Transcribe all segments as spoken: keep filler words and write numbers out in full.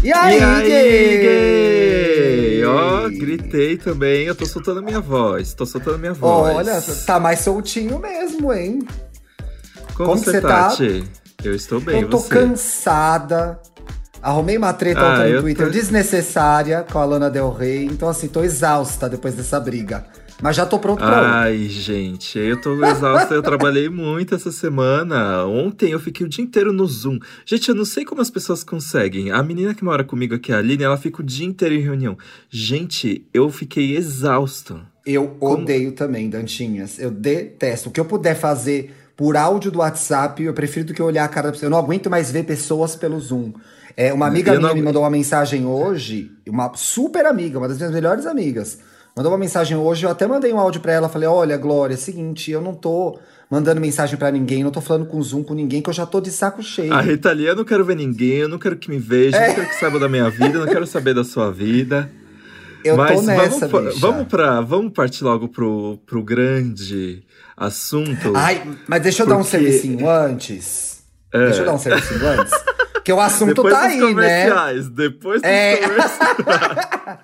E aí, e aí gay? gay? Ó, oh, gritei também. Eu tô soltando a minha voz. Tô soltando a minha voz. Olha, tá mais soltinho mesmo, hein? Como, Como você tá, Tchê? Eu estou bem, Eu tô você? cansada. Arrumei uma treta ah, ontem no Twitter tô... desnecessária com a Lana Del Rey. Então, assim, tô exausta depois dessa briga. Mas já tô pronto pra outra. Ai, gente, eu tô exausta. Eu trabalhei muito essa semana. Ontem eu fiquei o dia inteiro no Zoom. Gente, eu não sei como as pessoas conseguem. A menina que mora comigo aqui, a Aline, ela fica o dia inteiro em reunião. Gente, eu fiquei exausto. Eu como... odeio também, Dantinhas. Eu detesto. O que eu puder fazer por áudio do WhatsApp, eu prefiro do que olhar a cara da pessoa. Eu não aguento mais ver pessoas pelo Zoom. É, uma amiga eu minha não... me mandou uma mensagem hoje, uma super amiga, uma das minhas melhores amigas. Mandou uma mensagem hoje, eu até mandei um áudio pra ela. Falei, olha, Glória, é o seguinte, eu não tô mandando mensagem pra ninguém, não tô falando com Zoom com ninguém, que eu já tô de saco cheio. A Rita Lee, eu não quero ver ninguém, eu não quero que me veja, é. não quero que saiba da minha vida, eu não quero saber da sua vida. Eu Mas tô nessa, vamos, bicha. Vamos, pra, vamos partir logo pro, pro grande assunto. Ai, mas deixa eu porque... dar um servicinho antes. É. Deixa eu dar um servicinho antes. Porque o assunto depois tá aí, né? Depois dos é... comerciais.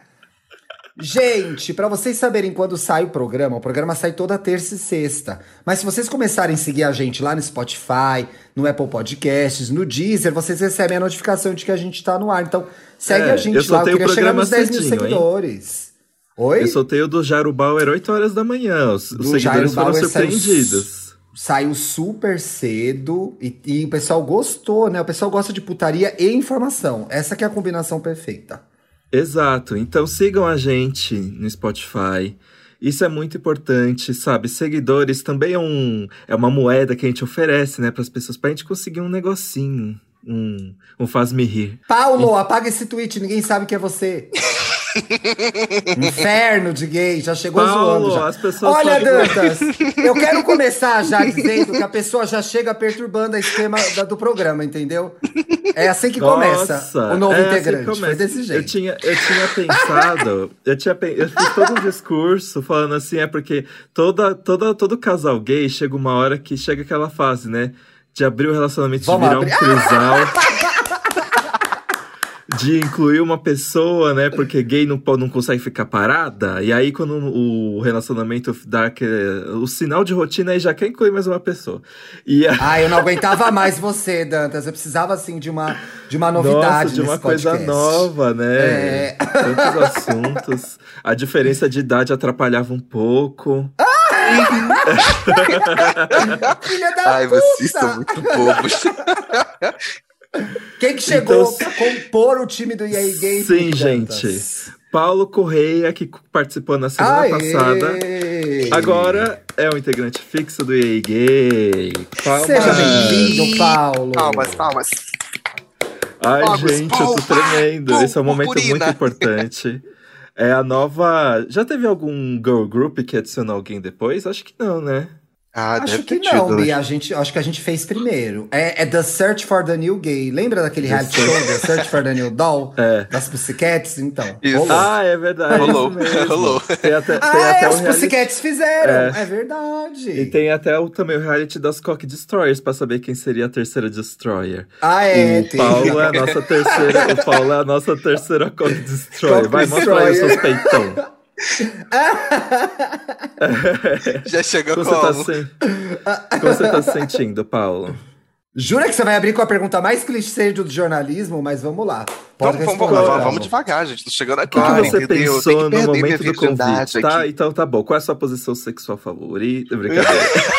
Gente, pra vocês saberem quando sai o programa, o programa sai toda terça e sexta. Mas se vocês começarem a seguir a gente lá no Spotify, no Apple Podcasts, no Deezer, vocês recebem a notificação de que a gente tá no ar. Então, segue é, a gente eu lá. Eu queria chegar nos dez cedinho, mil seguidores. Hein? Oi? Eu soltei o do Jairo Bauer oito horas da manhã. Os, os seguidores Jairo foram Bauer surpreendidos. Saiu, saiu super cedo e, e o pessoal gostou, né? O pessoal gosta de putaria e informação. Essa que é a combinação perfeita. Exato, então sigam a gente no Spotify, isso é muito importante, sabe, seguidores também é, um, é uma moeda que a gente oferece, né, para as pessoas, pra gente conseguir um negocinho, um, um faz-me rir. Paulo, e... apaga esse tweet, ninguém sabe que é você. Inferno de gay, já chegou Paulo, zoando já. As pessoas Olha, sabem... Dantas, eu quero começar já dizendo que a pessoa já chega perturbando a esquema da, do programa, entendeu? É assim que Nossa, começa o novo é integrante, assim foi desse jeito. Eu tinha, eu tinha pensado, eu, tinha, eu fiz todo um discurso falando assim, é porque toda, toda, todo casal gay chega uma hora que chega aquela fase, né, de abrir o relacionamento, Vamos de virar abrir. um trisal... de incluir uma pessoa, né? Porque gay não, não consegue ficar parada. E aí, quando o relacionamento dá aquele, o sinal de rotina, aí já quer incluir mais uma pessoa. E a... Ah, eu não aguentava mais você, Dantas. Eu precisava, assim, de uma, de uma novidade. Nossa, de uma nesse coisa podcast. nova, né? É... Tantos assuntos. A diferença de idade atrapalhava um pouco. Filha da Ai, puta! vocês são muito bobos. Quem que chegou então, a compor o time do E aí Gay? Sim, gente. Paulo Correia, que participou na semana Aê! passada. Agora é o integrante fixo do E aí Gay. Palmas. Seja bem-vindo, Paulo. Palmas, palmas. Ai, palmas, gente, palmas, eu tô tremendo. palmas, Esse é um momento purpurina. muito importante. É a nova... Já teve algum girl group que adicionou alguém depois? Acho que não, né? Ah, acho deve que ter não, tido, Bia. né? A gente, acho que a gente fez primeiro. É, é The Search for the New Gay. Lembra daquele reality show, The Search for the New Doll? É. Das Pussycats? Então. Isso. Rolou. Ah, é verdade. Rolou. Isso mesmo. Rolou. Tem até, Ah, tem é, até os um reality... Pussycats fizeram. É. É verdade. E tem até o, também o reality das Cock Destroyers, pra saber quem seria a terceira Destroyer. Ah, é. O Paulo é a nossa terceira, o Paulo é a nossa terceira Cock Destroyer. Cock Vai, mostra aí os seus peitão. Já chegou como como? Você tá se... Como você tá se sentindo, Paulo? Jura que você vai abrir com a pergunta mais clichê do jornalismo? Mas vamos lá. Pode Vamos, responder. vamos, vamos, vamos devagar, gente. Tô chegando O que, agora, que você entendeu? pensou Tem que no perder minha momento do virgindade convite? Tá, aqui. então tá bom. Qual é a sua posição sexual favorita? Brincadeira.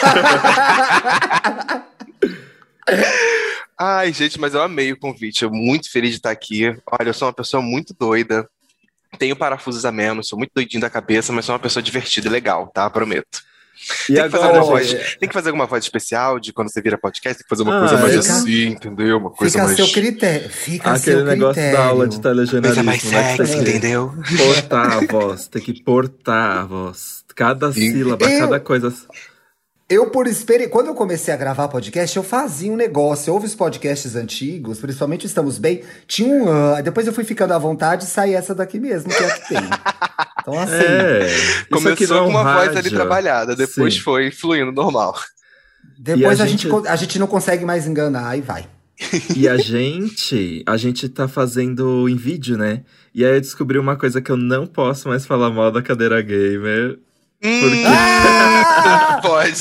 Ai, gente, mas eu amei o convite. Eu muito feliz de estar aqui. Olha, eu sou uma pessoa muito doida. Tenho parafusos a menos, sou muito doidinho da cabeça, mas sou uma pessoa divertida e legal, tá? Prometo. E tem, que fazer agora, alguma gente... voz, tem que fazer alguma voz especial de quando você vira podcast, tem que fazer uma Ah, coisa mais fica- assim, entendeu? Uma coisa Fica a mais. seu critério. Fica a Aquele seu negócio critério. da aula de telejornalismo, Coisa mais né? Que sexy, tem que entendeu? portar a voz, tem que portar a voz. Cada Sim. sílaba, Eu- cada coisa. Eu, por experiência, quando eu comecei a gravar podcast, eu fazia um negócio. Eu ouvi os podcasts antigos, principalmente Estamos Bem, tinha um ah, depois eu fui ficando à vontade e saí essa daqui mesmo, que é a que tem. Então, assim, É, isso aqui Começou não é com um uma voz ali rádio. trabalhada, depois Sim. foi fluindo normal. depois E a a, gente... gente- a gente não consegue mais enganar e vai. E a gente, a gente tá fazendo em vídeo, né? E aí eu descobri uma coisa que eu não posso mais falar mal da cadeira gamer. Hum, Porque Ah! pode.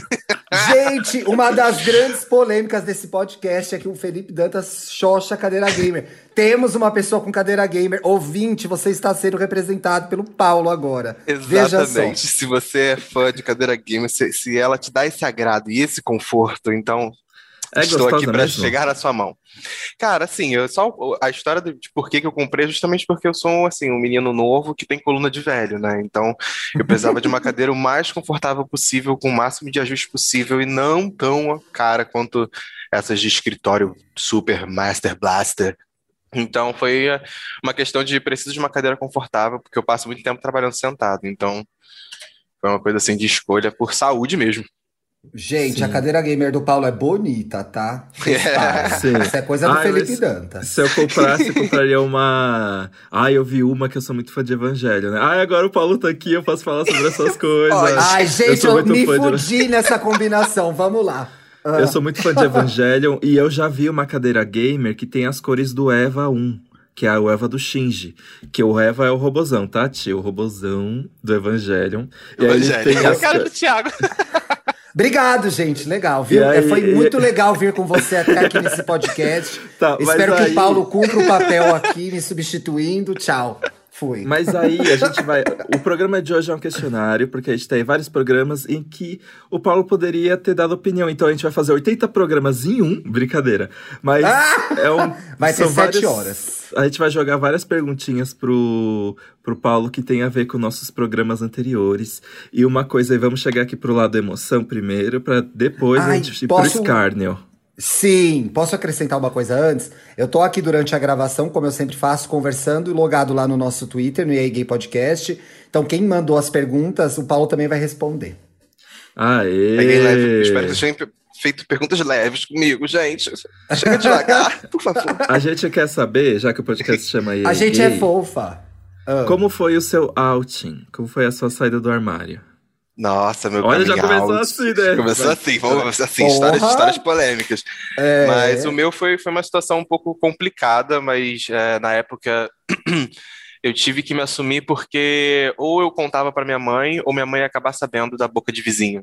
Gente, uma das grandes polêmicas desse podcast é que o Felipe Dantas xoxa a cadeira gamer. Temos uma pessoa com cadeira gamer. Ouvinte, você está sendo representado pelo Paulo agora. Veja Exatamente. só. Se você é fã de cadeira gamer, se, se ela te dá esse agrado e esse conforto, então é estou aqui gostosa para mesmo? chegar na sua mão. Cara, assim, eu só a história de por que que eu comprei é justamente porque eu sou assim, um menino novo que tem coluna de velho, né? Então, eu precisava de uma cadeira o mais confortável possível, com o máximo de ajuste possível e não tão cara quanto essas de escritório super Master Blaster. Então, foi eh, uma questão de preciso de uma cadeira confortável, porque eu passo muito tempo trabalhando sentado. Então, foi uma coisa assim de escolha por saúde mesmo. Gente, a Sim. cadeira gamer do Paulo é bonita, tá? Repare. Sim. Isso é coisa do Ai, Felipe mas Dantas. se eu comprasse, eu compraria uma. Ai, eu vi uma que eu sou muito fã de Evangelho, né? Ai, agora o Paulo tá aqui, eu posso falar sobre essas coisas. Ai, Eu gente, sou eu, muito me fã de. fudi nessa combinação. Vamos lá. Eu Ah. sou muito fã de Evangelion e eu já vi uma cadeira gamer que tem as cores do Eva um, que é o Eva do Shinji. Que o Eva é o robozão, tá, tio? O robozão do Evangelion. E aí ele Evangelho. tem É o as cara co- do Thiago. Obrigado, gente. Legal, E viu? É, aí- foi e- muito legal vir com você até aqui nesse podcast. Tá, mas Espero que aí- o Paulo cumpra o papel aqui, me substituindo. Tchau. Fui. Mas aí a gente vai. O programa de hoje é um questionário, porque a gente tem vários programas em que o Paulo poderia ter dado opinião. Então a gente vai fazer oitenta programas em um, brincadeira. Mas Ah! é um. Vai ter são sete várias- horas. A gente vai jogar várias perguntinhas pro, pro Paulo que tem a ver com nossos programas anteriores. E uma coisa aí, vamos chegar aqui pro lado emoção primeiro, pra depois a Ai, gente ir posso- pro escárnio. Sim, posso acrescentar uma coisa antes? Eu tô aqui durante a gravação, como eu sempre faço, conversando e logado lá no nosso Twitter, no E A Gay Podcast. Então, quem mandou as perguntas, o Paulo também vai responder. Aê! Peguei leve. Espero que vocês tenham feito perguntas leves comigo, gente. Chega devagar, por favor. A gente quer saber, já que o podcast chama E A A gente Gay, é fofa. Ah. como foi o seu outing? Como foi a sua saída do armário? Nossa, meu Olha, já coming começou out. assim, né? Começou assim, vamos assim, Porra. histórias, histórias polêmicas. É. Mas o meu foi, foi uma situação um pouco complicada, mas é, na época eu tive que me assumir porque ou eu contava pra minha mãe, ou minha mãe ia acabar sabendo da boca de vizinho.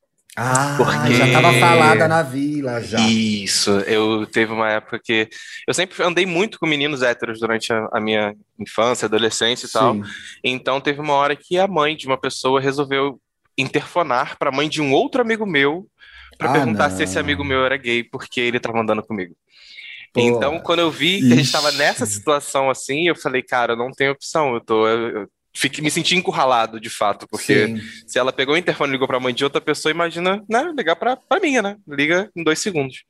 Ah, Porque- já tava falada na vila, já. Isso, eu teve uma época que eu sempre andei muito com meninos héteros durante a, a minha infância, adolescência e tal. Sim. Então teve uma hora que a mãe de uma pessoa resolveu interfonar para a mãe de um outro amigo meu para Ah, perguntar não. se esse amigo meu era gay porque ele tava andando comigo. Pô. Então, quando eu vi que a gente Ixi. tava nessa situação assim, eu falei, cara, eu não tenho opção, eu tô eu, eu fiquei, me senti encurralado de fato, porque Sim. se ela pegou o interfone e ligou pra mãe de outra pessoa, imagina, né, ligar pra, pra minha, né? Liga em dois segundos.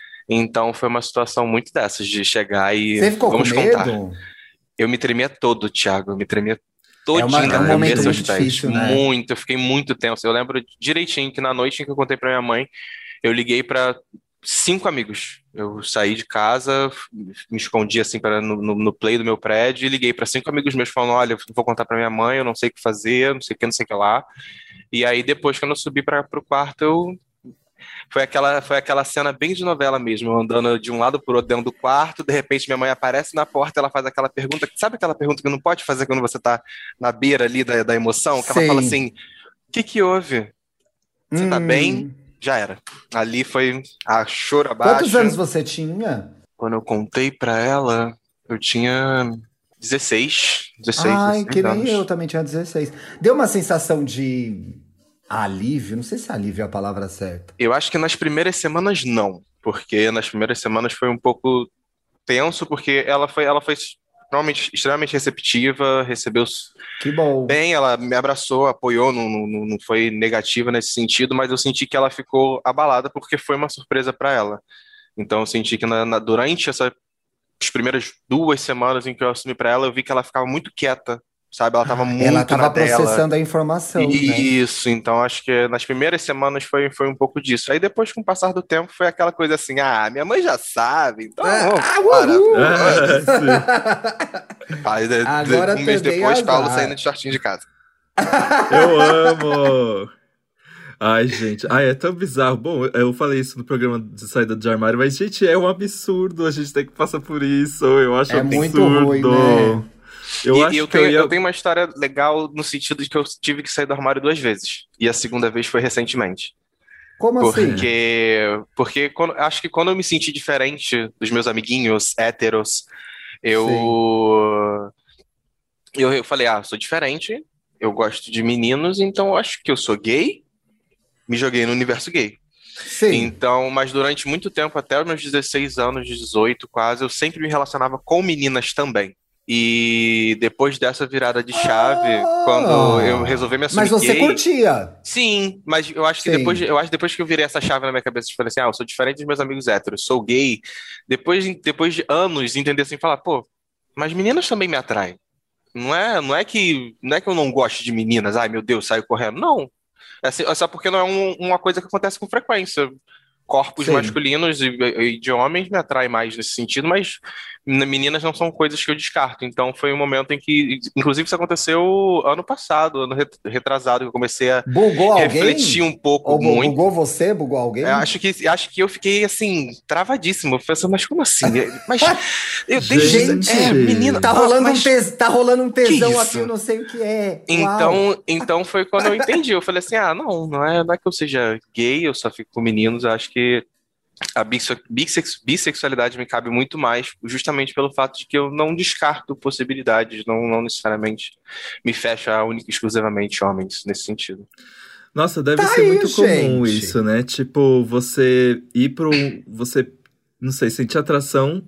Então foi uma situação muito dessas, de chegar e Você ficou com vamos medo? contar. Eu me tremia todo, Thiago, eu me tremia todinho É uma- da é um cabeça momento aos muito pés. difícil, né? Muito, eu fiquei muito tenso. Eu lembro direitinho que na noite em que eu contei pra minha mãe, eu liguei pra cinco amigos. Eu saí de casa, me escondi assim para no, no, no play do meu prédio e liguei pra cinco amigos meus falando, olha, eu vou contar pra minha mãe, eu não sei o que fazer, não sei o que, não sei o que lá. E aí depois quando eu subi para pro quarto, eu foi aquela foi aquela cena bem de novela mesmo, eu andando de um lado pro outro dentro do quarto, de repente minha mãe aparece na porta, ela faz aquela pergunta, sabe aquela pergunta que não pode fazer quando você tá na beira ali da, da emoção, que ela Sim. fala assim, o que que houve? Você tá Hum. bem? Já era. Ali foi a choro abaixo. Quantos anos você tinha? Quando eu contei pra ela, eu tinha dezesseis, dezesseis, Ai, dezesseis que nem anos. eu também tinha dezesseis. Deu uma sensação de alívio? Não sei se alívio é a palavra certa. Eu acho que nas primeiras semanas não, porque nas primeiras semanas foi um pouco tenso, porque ela foi, ela foi realmente extremamente receptiva, recebeu Que bom. bem, ela me abraçou, apoiou, não, não, não foi negativa nesse sentido, mas eu senti que ela ficou abalada porque foi uma surpresa para ela. Então eu senti que na, na- durante essas primeiras duas semanas em que eu assumi para ela, eu vi que ela ficava muito quieta, sabe? Ela estava muito Ela tava na dela. processando a informação, né? Isso, então acho que nas primeiras semanas foi, foi um pouco disso. Aí depois, com o passar do tempo, foi aquela coisa assim: ah, minha mãe já sabe, então Ah, bora. uhul! Ah, sim. Aí, de- de- Agora um mês também depois, azar. Paulo saindo de shortinho de casa. Eu amo! Ai, gente. Ai, é tão bizarro. Bom, eu falei isso no programa de saída de armário, mas, gente, é um absurdo. A gente tem que passar por isso. Eu acho É absurdo. muito ruim, né? Eu e, acho e eu, que tenho, eu ia... eu tenho uma história legal no sentido de que eu tive que sair do armário duas vezes. E a segunda vez foi recentemente. Como assim? Porque, porque quando, acho que quando eu me senti diferente dos meus amiguinhos héteros, Sim. eu, eu, eu falei, ah, sou diferente, eu gosto de meninos, então eu acho que eu sou gay, me joguei no universo gay. Sim. Então, mas durante muito tempo, até os meus dezesseis anos, dezoito quase, eu sempre me relacionava com meninas também. E depois dessa virada de chave, Ah, quando eu resolvi me assumir mas você gay, curtia. sim, mas eu acho que Sim. depois, eu acho que depois que eu virei essa chave na minha cabeça e falei assim, ah, eu sou diferente dos meus amigos héteros, sou gay, depois, depois de anos entender assim, falar, pô, mas meninas também me atraem. Não é, não é que, não é que eu não gosto de meninas, ai meu Deus, saio correndo. Não. É, assim- é só porque não é um- uma coisa que acontece com frequência. Corpos Sim. masculinos e, e de homens me atraem mais nesse sentido, mas meninas não são coisas que eu descarto. Então foi um momento em que, inclusive, isso aconteceu ano passado, ano ret- retrasado, que eu comecei a Bugou refletir alguém? um pouco Ou bu- muito. bugou você? Bugou Eu alguém? acho que, acho que eu fiquei assim, travadíssimo, pensando, mas como assim? Mas eu deixo. Gente, É, menina. Tá ah, rolando, mas um tes... tá rolando um que tesão isso? aqui, eu não sei o que é. Uau. Então, então foi quando eu entendi. Eu falei assim: ah, não, não é, não é que eu seja gay, eu só fico com meninos. Eu acho que a bisso- bissex- bissexualidade me cabe muito mais, justamente pelo fato de que eu não descarto possibilidades, não, não necessariamente me fecho a única e exclusivamente homens nesse sentido. Nossa, deve Tá ser aí, muito comum gente. isso, né? Tipo, você ir pro... Você, não sei, sentir atração...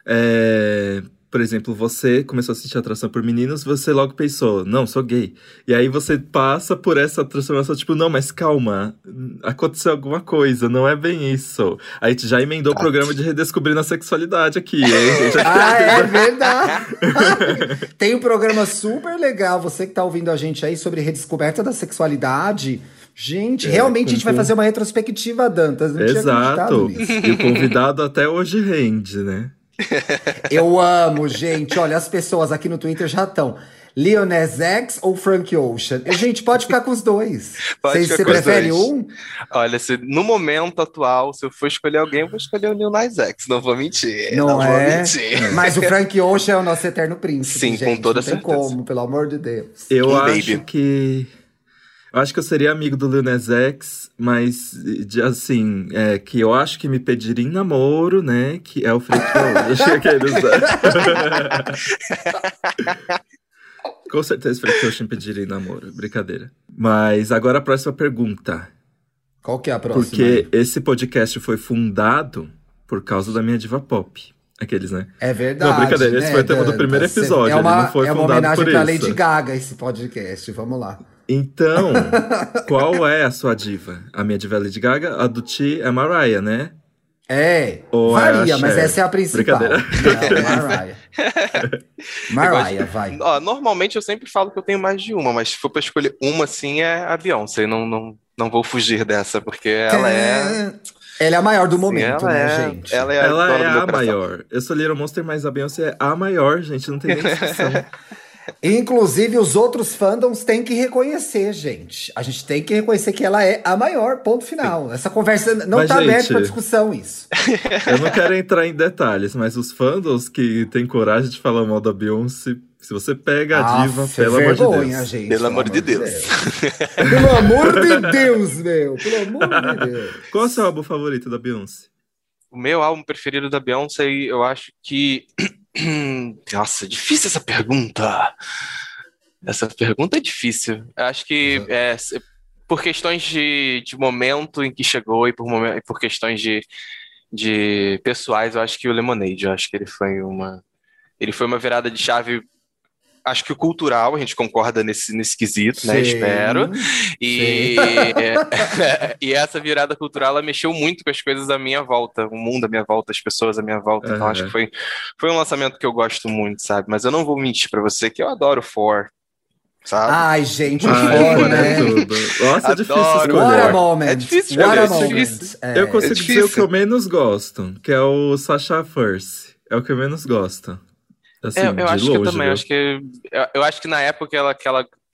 é, Por exemplo, você começou a sentir atração por meninos, você logo pensou, não, sou gay. E aí você passa por essa transformação, tipo, não, mas calma, aconteceu alguma coisa, não é bem isso. Aí a gente já emendou o programa de Redescobrindo a Sexualidade aqui, hein? Ah, é verdade. Tem um programa super legal, você que tá ouvindo a gente aí, sobre redescoberta da sexualidade. Gente, É, realmente com- a gente vai com- fazer uma retrospectiva, Dantas. Não tinha acreditado Exato. nisso. E o convidado até hoje rende, né? Eu amo, gente. Olha, as pessoas aqui no Twitter já estão. Lil Nas X ou Frank Ocean? E, gente, pode ficar com os dois. Pode Cê- ficar Você com os prefere dois. um? Olha, se, no momento atual, se eu for escolher alguém, eu vou escolher o Lil Nas X. Não vou mentir. Não, vou é? mentir. Mas o Frank Ocean é o nosso eterno príncipe, Sim, com gente. toda Não tem certeza. como, pelo amor de Deus. Eu Um acho baby. que... Eu acho que eu seria amigo do Lil Nas X, mas, de, assim, é, que eu acho que me pediria em namoro, né? Que é o Frank Ocean. Aqueles, né? Com certeza o Frank Ocean pediria em namoro. Brincadeira. Mas agora a próxima pergunta. Qual que é a próxima? Porque esse podcast foi fundado por causa da minha diva pop. Aqueles, né? É verdade. Não, brincadeira, esse né, foi o tema do primeiro Dantas? episódio, É uma, ele não foi é uma fundado homenagem por pra isso. Lady Gaga esse podcast. Vamos lá. Então, qual é a sua diva? A minha diva é Lady Gaga, a do Ti é Mariah, né? É, Ou é varia, a mas Cher? essa é a principal. Brincadeira. Não, Mariah. Mariah, vai. Ó, normalmente eu sempre falo que eu tenho mais de uma, mas se for pra escolher uma, assim, é a Beyoncé. Não, não, não vou fugir dessa, porque ela é. Ela é a maior do Sim, momento, ela né, é, gente? Ela é a, Ela dona é do meu a coração. maior. Eu sou Little Monster, mas a Beyoncé é a maior, gente. Não tem nem discussão. Inclusive, os outros fandoms têm que reconhecer, gente. A gente tem que reconhecer que ela é a maior, ponto final. Essa conversa não Mas, tá aberta gente, pra discussão, isso. Eu não quero entrar em detalhes, mas os fandoms que têm coragem de falar mal da Beyoncé, se você pega a diva, Aff, pelo amor de vergonha, Deus. gente. Pelo amor de Deus. Pelo amor de Deus, meu. Pelo amor de Deus. Qual é o seu álbum favorito da Beyoncé? O meu álbum preferido da Beyoncé, eu acho que. Nossa, difícil essa pergunta. Essa pergunta é difícil. Eu acho que é, se- por questões de, de momento em que chegou e por, momen- e por questões de, de pessoais, eu acho que o Lemonade, eu acho que ele foi uma. Ele foi uma virada de chave. Acho que o cultural, a gente concorda nesse, nesse quesito, né? Sim, Espero. E, sim. e essa virada cultural, ela mexeu muito com as coisas à minha volta, o mundo à minha volta, as pessoas à minha volta. Então, acho Aham. que foi, foi um lançamento que eu gosto muito, sabe? Mas eu não vou mentir pra você que eu adoro o For, sabe? Ai, gente, o Ai, For, fora né? é tudo. Nossa, é difícil Adoro. What a escolher. moment. É difícil What a escolher, é moment. difícil. É. Eu consigo É dizer o que difícil. eu menos gosto, que é o Sasha Fierce. É o que eu menos gosto. Assim, É, eu de acho longe, que eu também, viu? acho que eu, eu acho que na época que ela, que ela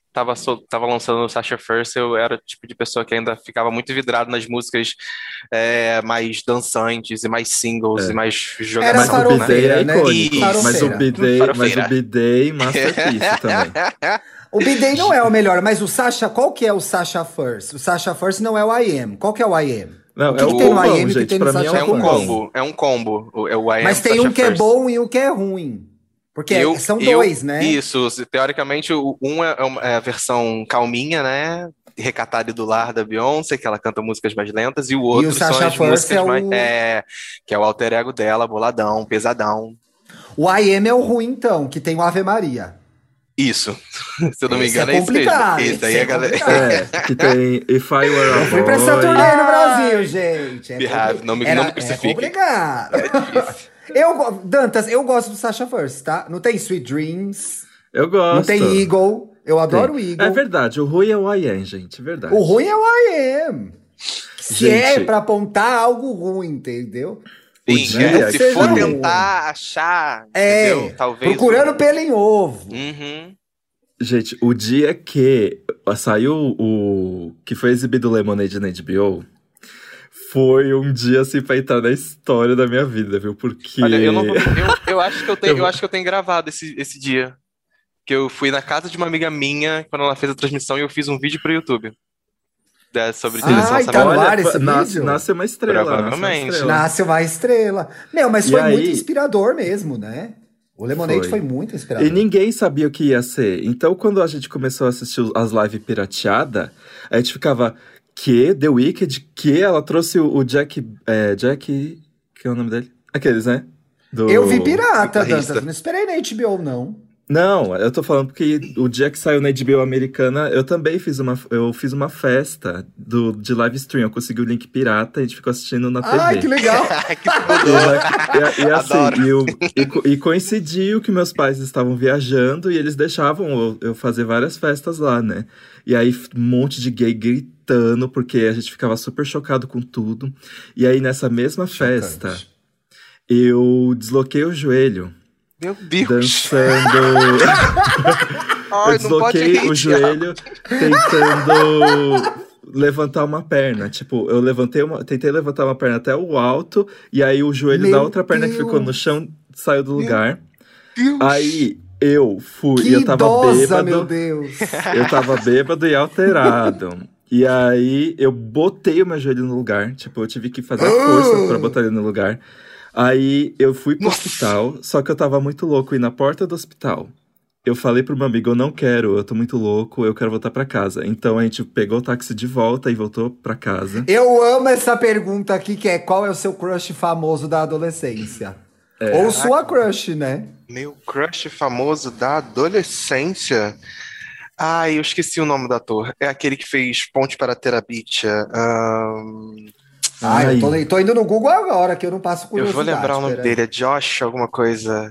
tava, sol- tava lançando o Sasha First, eu era o tipo de pessoa que ainda ficava muito vidrado nas músicas é, mais dançantes e mais singles e É. mais Era Mas o jogação, né? B-Day é farofeira, né? icônico. Mas o Farofeira. B-Day, mas o Farofeira. B-Day, masterpiece também. O B-Day não é o melhor, mas o Sasha, qual que é o Sasha First? O Sasha First não é o I Am. Qual que é o I Am? Não, O que, é que o tem no combão, I Am e o que gente, tem no pra mim é Sasha É um um First? combo, é um combo. O- É o I Am Mas tem Sasha um que é First. bom e um que é ruim. Porque Eu, são eu, dois, né? Isso, teoricamente, o um é, uma- é a versão calminha, né? Recatada e do lar da Beyoncé, que ela canta músicas mais lentas, e o E o outro são Sasha as First músicas é mais. o. É, que é o alter ego dela, boladão, pesadão. O I Am é o ruim, então, que tem o Ave Maria. Isso. Se eu não me Esse é engano, é isso mesmo. complicado, Esse esse aí é a galera. complicado. É, que tem If I Were a Eu fui pra essa Boy. turnê no Brasil, gente. É, Behave, compli- não me- Era- não me é crucifiquem. complicado. Eu, go- Dantas, eu gosto do Sasha First, tá? Não tem Sweet Dreams, Eu gosto. não tem Eagle. Eu adoro o Tem. Eagle. É verdade, o ruim é o I Am, gente, verdade. O ruim é o I Am. Se Gente. é pra apontar algo ruim, entendeu? O Sim, dia é, que se for seja tentar achar, É, entendeu? Talvez. procurando um- pelo em ovo. Uhum. Gente, o dia que saiu o... que foi exibido o Lemonade na H B O, foi um dia, assim, pra entrar na história da minha vida, viu? Porque... Olha, eu não vou- eu, eu acho que eu tenho, Eu eu, vou- acho que eu tenho gravado esse, esse dia. Que eu fui na casa de uma amiga minha quando ela fez a transmissão e eu fiz um vídeo pro YouTube. né, sobre Ah, direção e tá no orçamentária. ar esse nasce, vídeo? nasce uma estrela. Provavelmente. Nasce uma estrela. Nasce uma estrela. Meu, mas E foi aí- muito inspirador mesmo, né? O Lemonade foi, Foi. muito inspirador. E ninguém sabia o que ia ser. Então, quando a gente começou a assistir as lives pirateadas, a gente ficava, que? The Wicked? Que? Ela trouxe o, o Jack... É, Jack... Que é o nome dele? Aqueles, né? Do... Eu vi pirata, guitarrista. Dantas. Não esperei na H B O, não. Não, eu tô falando porque o dia que saiu na H B O americana, eu também fiz uma, eu fiz uma festa do, de live stream. Eu consegui o link pirata e a gente ficou assistindo na T V. Ai, que legal. Que E, e, e assim, Adoro. e, o- e co- e coincidiu que meus pais estavam viajando e eles deixavam eu, eu fazer várias festas lá, né? E aí um monte de gay gritando, porque a gente ficava super chocado com tudo. E aí nessa mesma festa, Chocante. eu desloquei o joelho, Meu Deus. dançando. Ai, eu não pode desloquei rir, o joelho tentando levantar uma perna. Tipo, eu levantei uma, tentei levantar uma perna até o alto, e aí o joelho Meu da outra perna que ficou no Deus. chão saiu do lugar. Deus. Aí eu fui, Que e eu tava idosa, meu bêbado. Deus. Eu tava bêbado e alterado. E aí eu botei o meu joelho no lugar. Tipo, eu tive que fazer a força pra botar ele no lugar. Aí eu fui pro Nossa. hospital, só que eu tava muito louco. E na porta do hospital, eu falei pro meu amigo, eu não quero, eu tô muito louco, eu quero voltar pra casa. Então a gente pegou o táxi de volta e voltou pra casa. Eu amo essa pergunta aqui, que é qual é o seu crush famoso da adolescência? Ou sua crush, né? Meu crush famoso da adolescência. Ai, eu esqueci o nome do ator. É aquele que fez Ponte para Terabitia. Ahn, Ah, Ai. eu tô, tô indo no Google agora, que eu não passo eu curiosidade. vou lembrar o nome peraí. dele. É Josh alguma coisa.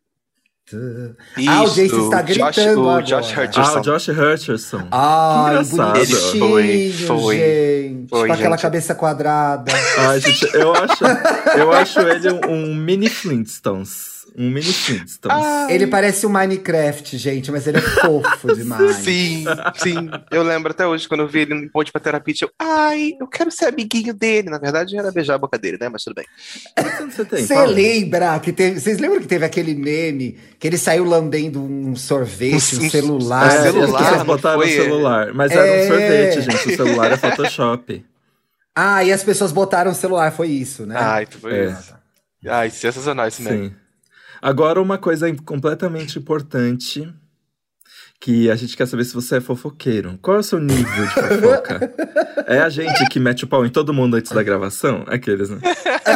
Ah, o Isso, Jace está Josh- gritando o agora. Josh Ah, Hutcherson. o Josh Hutcherson. Ai, Que engraçado. bonitinho, Ele foi, foi. gente. Foi, Com aquela gente. cabeça quadrada. Ai, gente, eu acho, eu acho ele um, um mini Flintstones. Um mini Flintstones. Ah, Ele parece um Minecraft, gente, mas ele é fofo demais. Sim, sim. Eu lembro até hoje, quando eu vi ele no Ponte para Terapia, eu, ai, eu quero ser amiguinho dele. Na verdade, era beijar a boca dele, né? Mas tudo bem. Quantos anos você tem, Você Paulo? lembra que teve. Vocês lembram que teve aquele meme que ele saiu lambendo um sorvete, um Um- um celular? É, celular, as pessoas não botaram foi? o celular. Mas É. era um sorvete, gente. O celular é Photoshop. Ah, e as pessoas botaram o celular, foi isso, né? Ai, tu foi É. isso. Ai, sensacional esse meme. Sim. Agora, uma coisa im- completamente importante que a gente quer saber se você é fofoqueiro. Qual é o seu nível de fofoca? É a gente que mete o pau em todo mundo antes da gravação? Aqueles, né?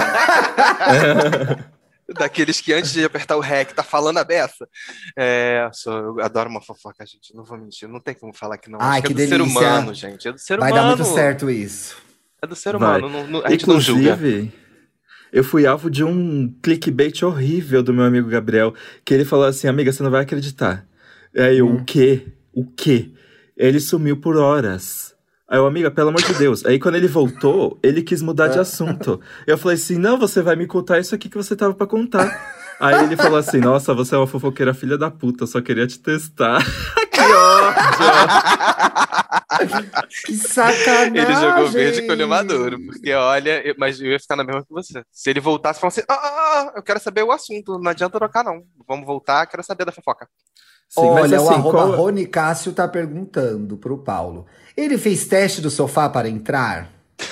Daqueles que antes de apertar o REC tá falando a beça. É, sou- eu adoro uma fofoca, gente. Não vou mentir, não tem como falar que não. Ai, Acho que que é do ser delícia. humano, gente. É do ser Vai humano. dar muito certo isso. É do ser Vai. humano. não- não- a gente não julga. Inclusive, eu fui alvo de um clickbait horrível do meu amigo Gabriel, que ele falou assim, amiga, você não vai acreditar. Aí eu, Hum. o quê? O quê? Ele sumiu por horas. Aí eu, amiga, pelo amor de Deus. Aí quando ele voltou, ele quis mudar de assunto. Eu falei assim, não, você vai me contar isso aqui que você tava pra contar. Aí ele falou assim, nossa, você é uma fofoqueira filha da puta, eu só queria te testar. Que ódio! Que sacanagem! Ele jogou verde com o olho maduro, porque olha, eu- mas eu ia ficar na mesma que você. Se ele voltasse e falasse assim, ah, ah, ah, eu quero saber o assunto, não adianta trocar não. Vamos voltar, quero saber da fofoca. Sim, Olha, mas o assim, arroba qual... Rony Cássio tá perguntando pro Paulo. Ele fez teste do sofá para entrar?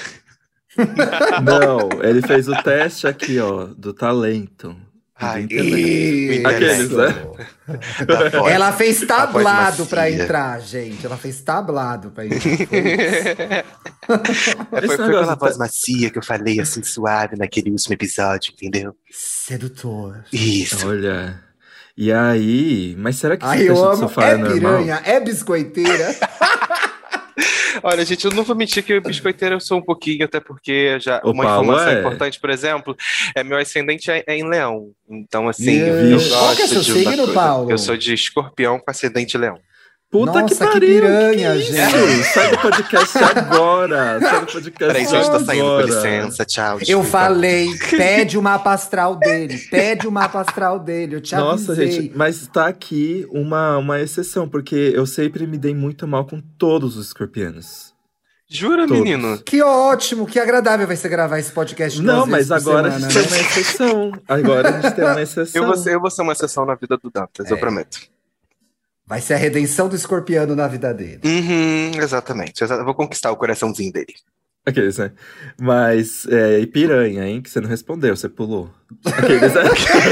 Não, ele fez o teste aqui, ó, do talento. Ai, Do intelecto. Aqueles, Isso. né? Da voz. Ela fez A voz tablado pra macia. entrar, gente. Ela fez tablado pra entrar. Foi isso. É, foi, Esse foi negócio pela voz tá- macia que eu falei, assim, suave naquele último episódio, entendeu? Sedutor. Isso. Olha. E aí, mas será que esse Ai, eu teste do amo. sofá É é normal? piranha, é biscoiteira. Olha, gente, eu não vou mentir que biscoiteiro eu sou um pouquinho, até porque já O uma Paulo informação é. importante, por exemplo, é meu ascendente é, é em leão. Então, assim, Meu eu, eu Deus. gosto Qual que é seu de uma signo, coisa. Paulo? Eu sou de escorpião com ascendente leão. Puta Nossa, que que pariu! piranha, que isso? gente. Sai do podcast agora! Sai do podcast Peraí, agora! gente, tô saindo, com licença, tchau. Eu desculpa. falei, pede o mapa astral dele. Pede o mapa astral dele. Eu te Nossa, avisei. gente, mas tá aqui uma, uma exceção, porque eu sempre me dei muito mal com todos os escorpianos. Jura, Todos. menino? Que ótimo, que agradável vai ser gravar esse podcast duas Não, vezes mas por agora semana, a gente tem né? uma exceção. Agora a gente tem uma exceção. Eu vou, ser, eu vou ser uma exceção na vida do Dantas, eu prometo. Vai ser a redenção do escorpiano na vida dele. Uhum, exatamente. exa- Eu vou conquistar o coraçãozinho dele. Aqueles, né? Mas, é, e piranha, hein? Que você não respondeu, você pulou. Aqueles, né?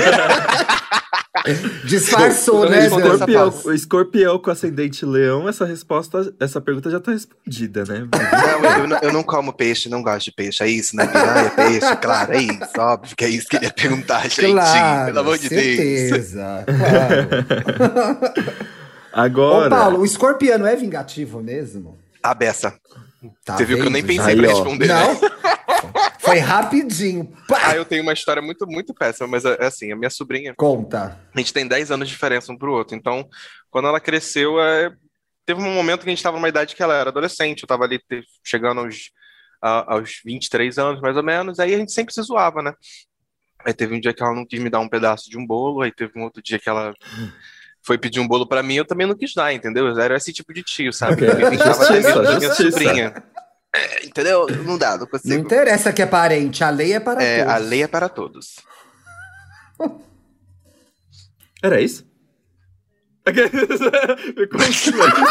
Disfarçou, Não né, respondeu Dan? essa escorpião, pausa. o escorpião com ascendente leão, essa resposta, essa pergunta já tá respondida, né? Não, eu, não, eu não como peixe, não gosto de peixe. É isso, né? Piranha, peixe, claro, é isso. Óbvio que é isso que ele ia perguntar, gente. Claro, Pelo amor de Deus. certeza, claro. Agora. Ô, Paulo, o escorpiano é vingativo mesmo? A beça. Tá Você viu que eu nem vendo, pensei Aí, pra ó. responder, né? Não? Foi rapidinho. Pá! Ah, eu tenho uma história muito, muito péssima, mas é assim, a minha sobrinha, Conta. a gente tem dez anos de diferença um pro outro. Então, quando ela cresceu, é, teve um momento que a gente tava numa idade que ela era adolescente. Eu tava ali te- chegando aos, a- aos vinte e três anos, mais ou menos. Aí a gente sempre se zoava, né? Aí teve um dia que ela não quis me dar um pedaço de um bolo, aí teve um outro dia que ela foi pedir um bolo pra mim, eu também não quis dar, entendeu? Eu era esse tipo de tio, sabe? Ok. Eu me tentava até Justiça, mesmo da minha justiça. sobrinha. É, entendeu? Não dá, não Não consigo. interessa que é parente, a lei é para É, todos. a lei é para todos. Era isso? Aqueles, Ficou um silêncio.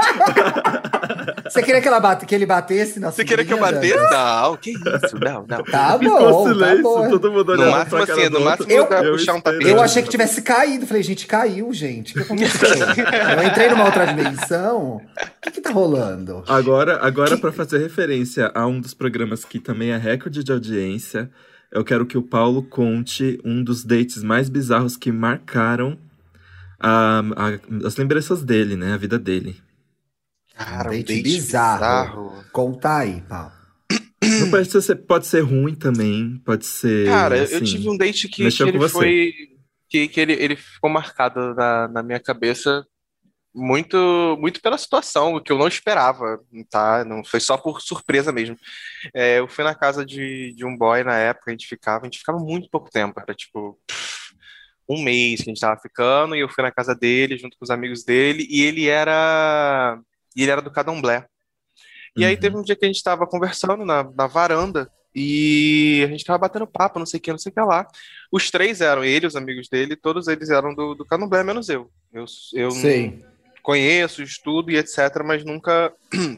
Você queria que, ela bate, que ele batesse na Você queria que eu sobrinha, batesse? Dan? Não, que isso, não, não. Tá Ficou bom, tá silêncio, bom. todo mundo No olhando máximo pra cara assim, do no outro. máximo Eu- eu, eu puxar um espero. tapete. Eu achei que tivesse caído. Falei, gente, caiu, gente. O que aconteceu? Eu entrei numa outra dimensão. O que que tá rolando? Agora, agora para fazer referência a um dos programas que também é recorde de audiência, eu quero que o Paulo conte um dos dates mais bizarros que marcaram a- a- as lembranças dele, né? A vida dele. Cara, um Date date bizarro. bizarro. Conta aí, Paulo. Não pode ser, pode ser ruim também, pode ser. Cara, eu- assim, eu tive um date que, mexeu que ele com você. foi. Que, que ele, ele ficou marcado na, na minha cabeça muito, muito pela situação, que eu não esperava, tá? Não foi só por surpresa mesmo. É, eu fui na casa de, de um boy na época, a gente ficava, a gente ficava muito pouco tempo, era tipo um mês que a gente tava ficando, e eu fui na casa dele junto com os amigos dele, e ele era. E ele era do Candomblé. E aí Uhum. teve um dia que a gente tava conversando na, na varanda e a gente tava batendo papo, não sei o que, não sei o que lá. Os três eram ele, os amigos dele, todos eles eram do, do Candomblé, menos eu. Eu, eu Sei. conheço, estudo e etcétera, mas nunca,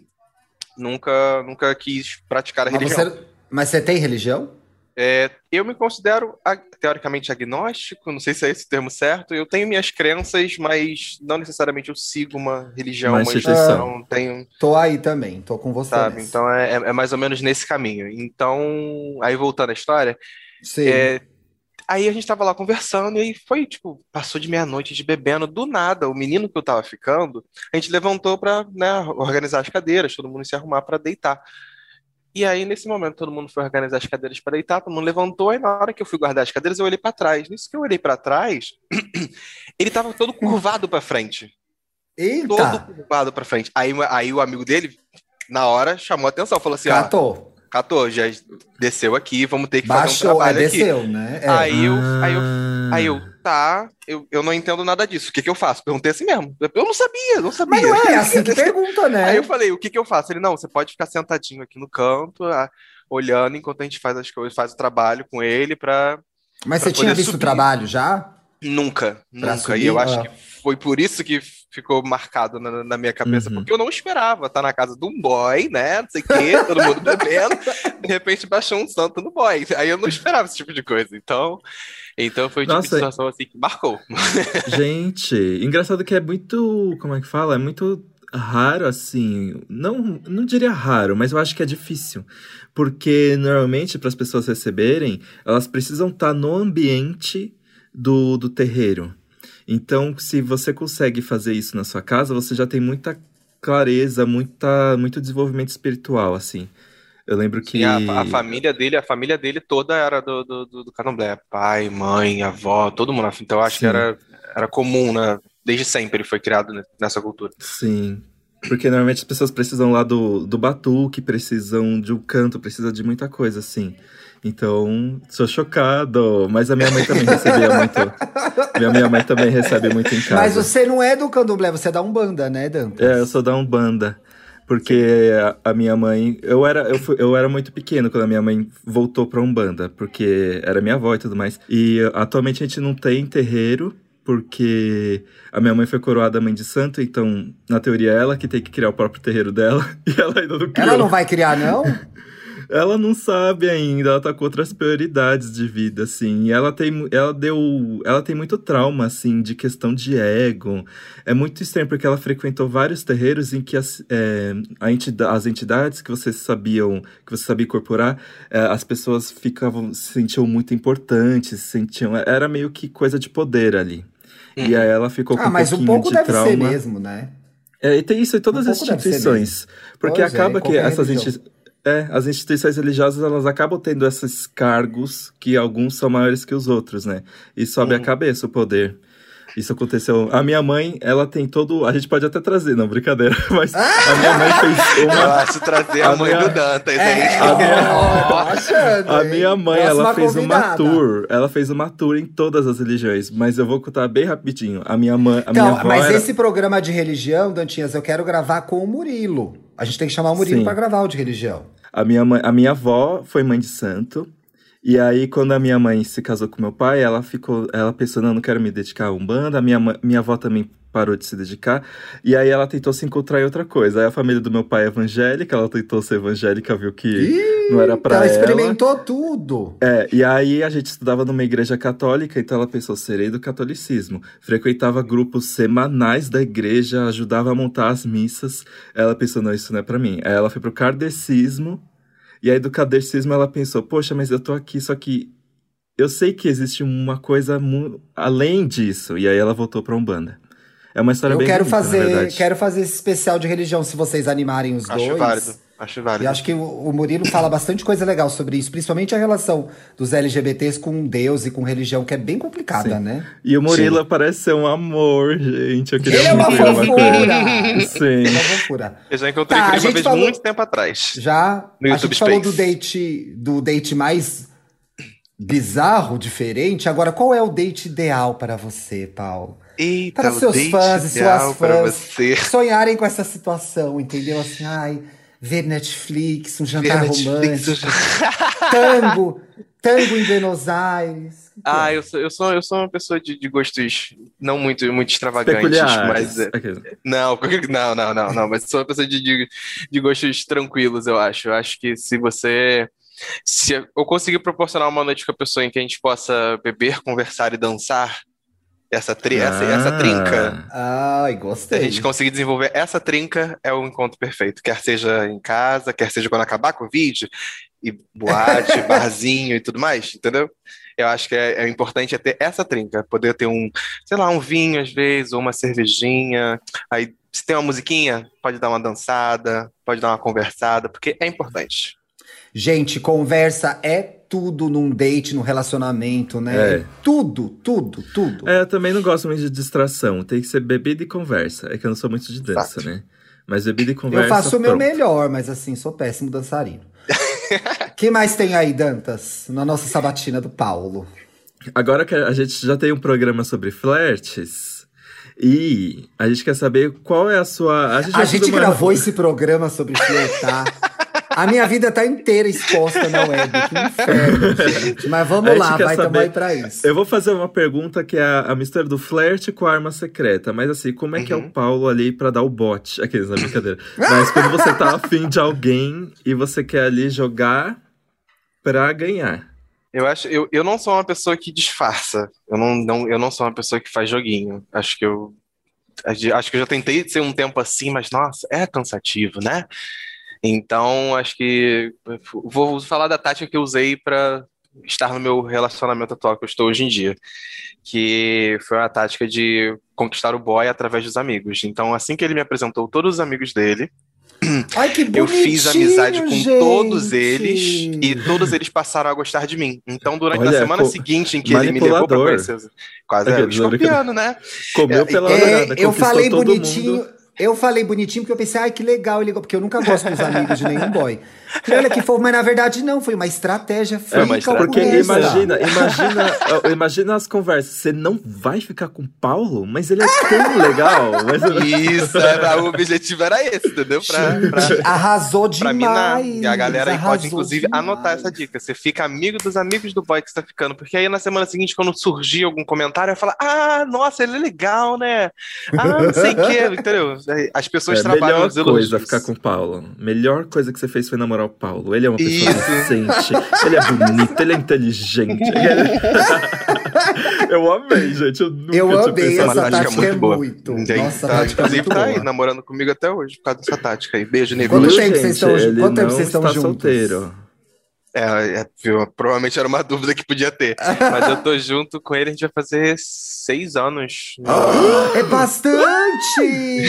nunca, nunca quis praticar a Mas religião. você, mas você tem religião? É, eu me considero ag- teoricamente agnóstico, não sei se é esse o termo certo. Eu tenho minhas crenças, mas não necessariamente eu sigo uma religião, Uma uma instituição. instituição, tenho. Tô aí também, tô com você. Sabe? nessa. Então é, é é mais ou menos nesse caminho. Então, aí voltando à história, Sim. é, aí a gente tava lá conversando e aí foi, tipo, passou de meia-noite de bebendo, do nada, o menino que eu tava ficando, a gente levantou pra, né, organizar as cadeiras, todo mundo se arrumar pra deitar. E aí, nesse momento, todo mundo foi organizar as cadeiras pra deitar, todo mundo levantou, aí na hora que eu fui guardar as cadeiras, eu olhei pra trás. Nisso que eu olhei pra trás, ele tava todo curvado pra frente. Todo Eita! curvado pra frente. Aí, aí o amigo dele, na hora, chamou a atenção, falou assim, ó, Catou. catou, já desceu aqui, vamos ter que Baixou, fazer um trabalho é, aqui. desceu, né? É. Aí eu, Ah. aí eu, aí eu, tá, eu, eu não entendo nada disso. O que que eu faço? Perguntei assim mesmo. Eu não sabia, não sabia. Mas não é assim que pergunta, né? Aí eu falei, o que que eu faço? Ele, não, você pode ficar sentadinho aqui no canto, ah, olhando enquanto a gente faz as coisas, faz o trabalho com ele pra. Mas pra você tinha poder visto o subir. trabalho já? Nunca, Pra nunca. subir? E eu acho Ah. que foi por isso que ficou marcado na, na minha cabeça, Uhum. porque eu não esperava estar na casa de um boy, né? Não sei o quê, todo mundo bebendo. De repente baixou um santo no boy. Aí eu não esperava esse tipo de coisa. Então, então foi o tipo de Nossa, situação assim que marcou. gente, engraçado que é muito, como é que fala? É muito raro, assim. Não, não diria raro, mas eu acho que é difícil. Porque normalmente, para as pessoas receberem, elas precisam estar no ambiente do, do terreiro. Então, se você consegue fazer isso na sua casa, você já tem muita clareza, muita, muito desenvolvimento espiritual, assim. Eu lembro que. Sim, a, a família dele, a família dele toda era do, do, do, do candomblé. Pai, mãe, avó, todo mundo. Então eu acho que Sim. era, era comum, né? Desde sempre ele foi criado né, nessa cultura. Sim. Porque normalmente as pessoas precisam lá do, do batuque, precisam de um canto, precisam de muita coisa, assim. Então, sou chocado. Mas a minha mãe também recebia muito. Minha, minha mãe também recebe muito em casa. Mas você não é do candomblé, você é da Umbanda, né, Dantas? É, eu sou da Umbanda. Porque a, a minha mãe... Eu era, eu, fui, eu era muito pequeno quando a minha mãe voltou pra Umbanda. Porque era minha avó e tudo mais. E atualmente a gente não tem terreiro. Porque a minha mãe foi coroada mãe de santo. Então, na teoria, ela que tem que criar o próprio terreiro dela. E ela ainda não criou. Ela não vai criar, não? Ela não sabe ainda, ela tá com outras prioridades de vida, assim. E ela tem, ela deu, ela tem muito trauma, assim, de questão de ego. É muito estranho, porque ela frequentou vários terreiros em que as, é, a entidade, as entidades que vocês sabiam, que você sabia incorporar, é, as pessoas ficavam, se sentiam muito importantes, se sentiam, era meio que coisa de poder ali. Uhum. E aí ela ficou com Ah, um mas pouquinho um pouco de deve trauma. ser mesmo, né? É, e tem isso em todas Um as pouco deve ser instituições. Porque Pois é, acaba que qualquer essas religião. instituições... É, as instituições religiosas, elas acabam tendo esses cargos que alguns são maiores que os outros, né? E sobe Uhum. a cabeça o poder. Isso aconteceu... A minha mãe, ela tem todo... A gente pode até trazer, não, brincadeira. Mas a minha mãe fez Eu uma... acho trazer a, A mãe minha- do Dantas, É, hein? A minha- ó, tô achando, A hein? minha mãe, Próxima ela fez uma convidada. tour. Ela fez uma tour em todas as religiões. Mas eu vou contar bem rapidinho. A minha mãe... A minha Então, avó mas era... esse programa de religião, Dantinhas, eu quero gravar com o Murilo. A gente tem que chamar o Murilo Sim. pra gravar o de religião. A minha, mãe, a minha avó foi mãe de santo. E aí, quando a minha mãe se casou com meu pai, ela ficou, ela pensou, não, não quero me dedicar a Umbanda. A minha, mãe- minha avó também parou de se dedicar. E aí ela tentou se encontrar em outra coisa. Aí a família do meu pai é evangélica, ela tentou ser evangélica, viu que Ih, não era pra ela ela. experimentou tudo. É, e aí a gente estudava numa igreja católica, então ela pensou, serei do catolicismo. Frequentava grupos semanais da igreja, ajudava a montar as missas. Ela pensou, não, isso não é pra mim. Aí ela foi pro kardecismo, e aí do kardecismo ela pensou, poxa, mas eu tô aqui, só que eu sei que existe uma coisa mu- além disso. E aí ela voltou pra Umbanda. É uma história Eu bem quero bonita, na fazer, verdade. quero fazer esse especial de religião, se vocês animarem os Acho dois. válido, acho válido. E acho que o, o Murilo fala bastante coisa legal sobre isso, principalmente a relação dos L G B Ts com Deus e com religião, que é bem complicada, Sim. né? E o Murilo parece ser um amor, gente. Eu queria Ele é uma muito gravar com fofura! ele. Sim. Uma fofura. Eu já encontrei Tá, com a ele uma gente vez falou- muito tempo atrás. Já No a YouTube gente falou do Space. date, do date mais bizarro, diferente. Agora, qual é o date ideal para você, Paulo? Eita, Para o seus date fãs e ideal suas para fãs você. sonharem com essa situação, entendeu? Assim, ai, ver Netflix, um jantar Ver Netflix, romântico, tango, tango em Buenos Aires. O que que Ah, é? eu sou, eu sou, eu sou uma pessoa de, de gostos não muito, muito extravagantes, Peculiares. mas é, Aquele- não, não, não, não, não, mas sou uma pessoa de, de, de gostos tranquilos, eu acho. Eu acho que se você, se eu conseguir proporcionar uma noite com a pessoa em que a gente possa beber, conversar e dançar, essa, tri, essa, essa trinca, Ah, Ai, se a gostei. gente conseguir desenvolver essa trinca, é o encontro perfeito. Quer seja em casa, quer seja quando acabar com o vídeo, e boate, barzinho e tudo mais, entendeu? Eu acho que é, é importante é ter essa trinca, poder ter um, sei lá, um vinho às vezes, ou uma cervejinha. Aí, se tem uma musiquinha, pode dar uma dançada, pode dar uma conversada, porque é importante. Gente, conversa é tudo num date, num relacionamento, né? É. Tudo, tudo, tudo. É, eu também não gosto muito de distração. Tem que ser bebida e conversa. É que eu não sou muito de dança, Exato. né? Mas bebida e conversa. Eu faço o meu pronto. melhor, mas assim, sou péssimo dançarino. que mais tem aí, Dantas? Na nossa sabatina do Paulo. Agora que a gente já tem um programa sobre flertes, e a gente quer saber qual é a sua... A gente, a gente gravou uma... esse programa sobre flertar. A minha vida tá inteira exposta na web, que inferno, gente. Mas vamos lá, vai também pra isso. Eu vou fazer uma pergunta que é a, a mistura do flerte com a arma secreta. Mas assim, como é uhum. que é o Paulo ali pra dar o bote? Aqueles, na brincadeira. Mas quando você tá afim de alguém e você quer ali jogar pra ganhar. Eu acho, eu, eu não sou uma pessoa que disfarça. Eu não, não, eu não sou uma pessoa que faz joguinho. Acho que eu... Acho que eu já tentei ser um tempo assim, mas nossa, é cansativo, né? Então, acho que vou falar da tática que eu usei para estar no meu relacionamento atual que eu estou hoje em dia, que foi uma tática de conquistar o boy através dos amigos. Então, assim que ele me apresentou todos os amigos dele, ai, que eu fiz amizade com gente. todos eles e todos eles passaram a gostar de mim. Então, durante a semana seguinte em que ele me levou para conhecer, quase é, o escorpiano, né? Comeu pela é, olhada, eu falei todo bonitinho. Mundo. Eu falei bonitinho porque eu pensei, ai, que legal, ele... porque eu nunca gosto dos amigos de nenhum boy. E olha que fofo, mas na verdade não, foi uma estratégia fria. É uma estratégia. Porque imagina, imagina, imagina as conversas. Você não vai ficar com o Paulo? Mas ele é tão legal. Mas... Isso, era, o objetivo era esse, entendeu? Pra, pra, arrasou demais. Pra mim, e a galera aí pode, inclusive, demais. anotar essa dica. Você fica amigo dos amigos do boy que você tá ficando. Porque aí na semana seguinte, quando surgir algum comentário, eu falo, ah, nossa, ele é legal, né? Ah, não sei o quê, entendeu? As pessoas é, trabalham os elogios. Melhor coisa ficar com o Paulo. Melhor coisa que você fez foi namorar o Paulo. Ele é uma pessoa decente, ele é bonito, ele é inteligente. Eu amei, gente. Eu nunca eu tinha amei pensado. essa tática, tática é boa. muito. Tem, Nossa, tá, tática inclusive, é tá muito aí namorando comigo até hoje por causa dessa tática aí. Beijo, nego. Quanto Viu, tempo vocês estão, ele quanto tempo não vocês estão está juntos? solteiro. É, é, viu, provavelmente era uma dúvida que podia ter. Mas eu tô junto com ele, a gente vai fazer seis anos. Oh, é bastante!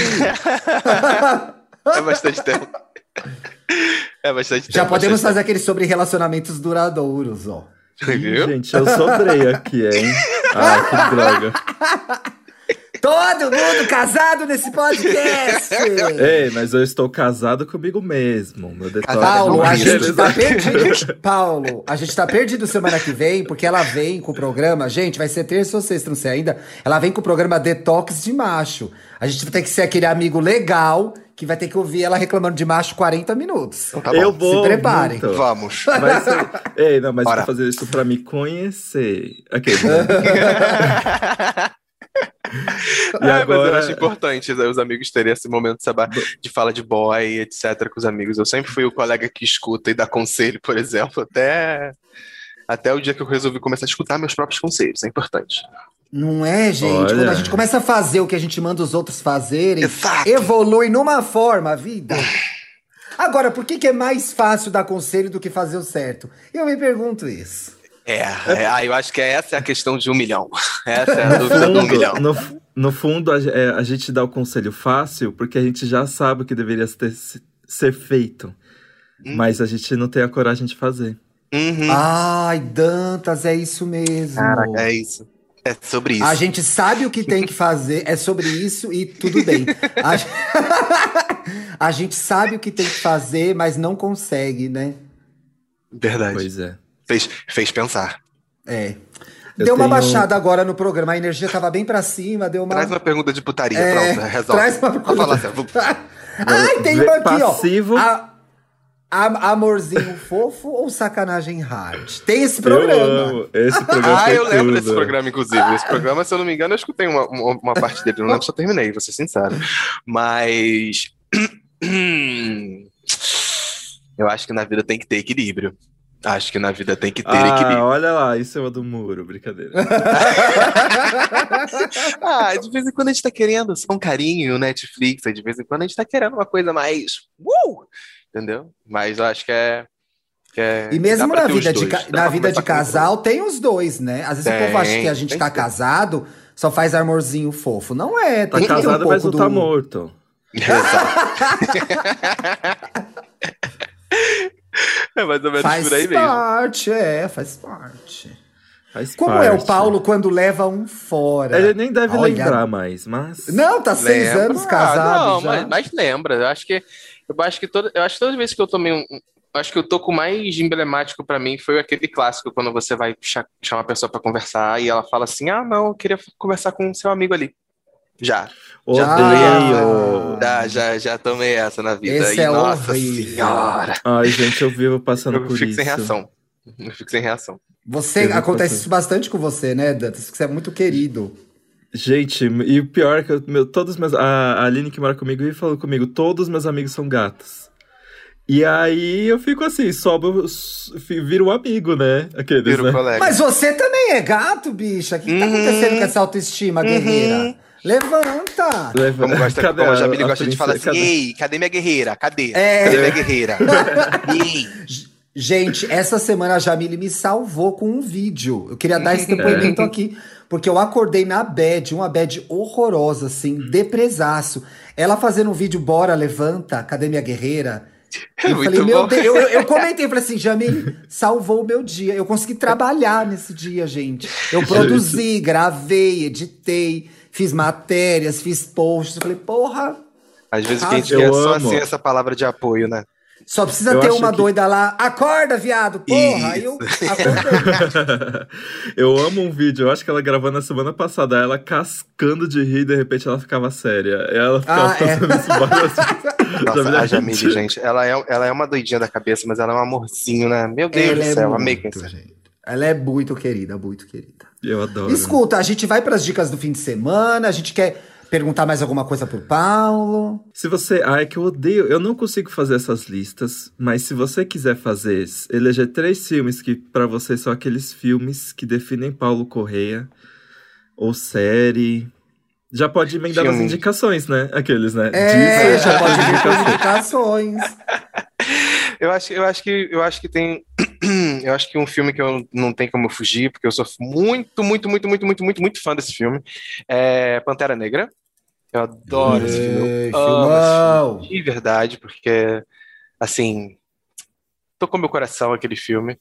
É bastante tempo. É bastante tempo. Já podemos fazer tempo. aquele sobre relacionamentos duradouros, ó. Viu? Gente, eu sobrei aqui, hein? Ah, que droga. Todo mundo casado nesse podcast! Ei, mas eu estou casado comigo mesmo. Meu detox. Paulo, a gente tá perdido. Paulo, a gente tá perdido semana que vem, porque ela vem com o programa. Gente, vai ser terça ou sexta, não sei ainda. Ela vem com o programa Detox de Macho. A gente vai ter que ser aquele amigo legal que vai ter que ouvir ela reclamando de macho quarenta minutos. Então, tá eu bom. vou. Se preparem. Muito. Vamos. Vai ser... Ei, não, mas Bora. eu vou fazer isso pra me conhecer. Ok. E ah, agora... Mas eu acho importante os amigos terem esse momento de fala de boy, etcétera com os amigos. Eu sempre fui o colega que escuta e dá conselho, por exemplo, até, até o dia que eu resolvi começar a escutar meus próprios conselhos. É importante. Não é, gente? Olha. Quando a gente começa a fazer o que a gente manda os outros fazerem, Exato. Evolui numa forma a vida. Agora, por que, que é mais fácil dar conselho do que fazer o certo? Eu me pergunto isso. É, é, eu acho que essa é a questão de um milhão. Essa é a dúvida do um milhão. No, no fundo, a, é, a gente dá o conselho fácil porque a gente já sabe o que deveria ter, ser feito. Hum. Mas a gente não tem a coragem de fazer. Uhum. Ai, Dantas, é isso mesmo. Caraca, é isso. É sobre isso. A gente sabe o que tem que fazer, é sobre isso e tudo bem. A, a gente sabe o que tem que fazer, mas não consegue, né? Verdade. Pois é. Fez, fez pensar. É. Eu deu uma tenho... baixada agora no programa, a energia tava bem pra cima, deu uma... Traz uma pergunta de putaria, é, pronto, resolve. Traz uma pergunta. Vamos falar assim. Ai, tem uma aqui, Passivo. ó. A, a, amorzinho fofo ou sacanagem hard? Tem esse programa. Eu amo. Esse programa Ah, eu lembro tudo. desse programa, inclusive. Esse programa, se eu não me engano, eu escutei uma, uma, uma parte dele. Não lembro se eu terminei, vou ser sincero. Mas... eu acho que na vida tem que ter equilíbrio. Acho que na vida tem que ter ah, equilíbrio. Olha lá, em cima do muro, brincadeira. Ah, de vez em quando a gente tá querendo só um carinho, Netflix, aí de vez em quando a gente tá querendo uma coisa mais... Uh! Entendeu? Mas eu acho que é... Que é e mesmo na vida, de, na vida de casal, tem os dois, né? Às vezes tem, o povo acha que a gente tá que... casado, só faz amorzinho fofo. Não é, tá tem que casado, ter um mas não do... tá morto. É mais ou menos faz por aí mesmo. Faz parte, é, faz parte. Faz Como parte. é o Paulo quando leva um fora? Ele nem deve Olha... lembrar mais, mas... Não, tá seis lembra. anos casado ah, não, já. Mas, mas lembra, eu acho que eu acho que toda, eu acho que toda vez que eu tomei um, acho que o toco mais emblemático pra mim foi aquele clássico, quando você vai cha- chamar a pessoa pra conversar e ela fala assim: ah, não, eu queria conversar com o seu amigo ali. Já. Já tomei essa. Odeio! Já, já, já tomei essa na vida. Esse E é nossa horrível. senhora. Ai, gente, eu vivo passando Eu por fico isso. sem reação. Eu fico sem reação. Você, Eu vi acontece passando. isso bastante com você, né, Dantas? Que você é muito querido. Gente, e o pior é que eu- meu, todos meus. A a Aline que mora comigo e falou comigo: todos meus amigos são gatos. E aí eu fico assim, sobe, viro um amigo, né? Aqueles, Viro né? colega. Mas você também é gato, bicha. O que, que tá Uhum. acontecendo com essa autoestima, guerreira? Uhum. Levanta! Leva- Como, gosta, Cadê como a a- Jamile a gosta de falar assim: princesa? Cadê? ei, cadê minha guerreira? Cadê? É. Cadê minha guerreira? Ei. Gente, essa semana a Jamile me salvou com um vídeo. Eu queria dar esse depoimento aqui, porque eu acordei na bad, uma bad horrorosa, assim, depresaço. Ela fazendo um vídeo, bora, levanta, cadê minha guerreira? Eu Muito falei, meu bom. Deus, eu, eu, eu comentei, falei assim, Jamile, salvou o meu dia. Eu consegui trabalhar nesse dia, gente. Eu produzi, gravei, editei, fiz matérias, fiz posts. Eu falei, porra, Às vezes o que a gente Eu quer é só amo. assim essa palavra de apoio, né? só precisa Eu ter acho uma que- doida lá. Acorda, viado, porra. Aí eu acordei. Eu amo um vídeo, eu acho que ela gravou na semana passada, ela cascando de rir e de repente ela ficava séria. E ela ficava Ah, é. fazendo isso várias vezes. Nossa, Jamile é a Jamile, gente- gente, ela é, ela é uma doidinha da cabeça, mas ela é um amorzinho, né? Meu Deus Ela do é céu, amei muito, conhecer. gente. Ela é muito querida, muito querida. Eu adoro. Escuta, a gente vai para as dicas do fim de semana. A gente quer perguntar mais alguma coisa pro Paulo. Se você. Ah, é que eu odeio. Eu não consigo fazer essas listas, mas se você quiser fazer, eleger três filmes que pra você são aqueles filmes que definem Paulo Correia, ou série. Já pode emendar nas Filme. indicações, né? Aqueles, né? É, Diz- já pode vir com as indicações. Eu acho, eu acho que eu acho que tem. Eu acho que um filme que eu não tenho como fugir, porque eu sou muito, muito, muito, muito, muito, muito, muito fã desse filme, é Pantera Negra. Eu adoro esse filme. Ei, Eu amo esse filmão. filme, de verdade, porque, assim, tocou meu coração aquele filme.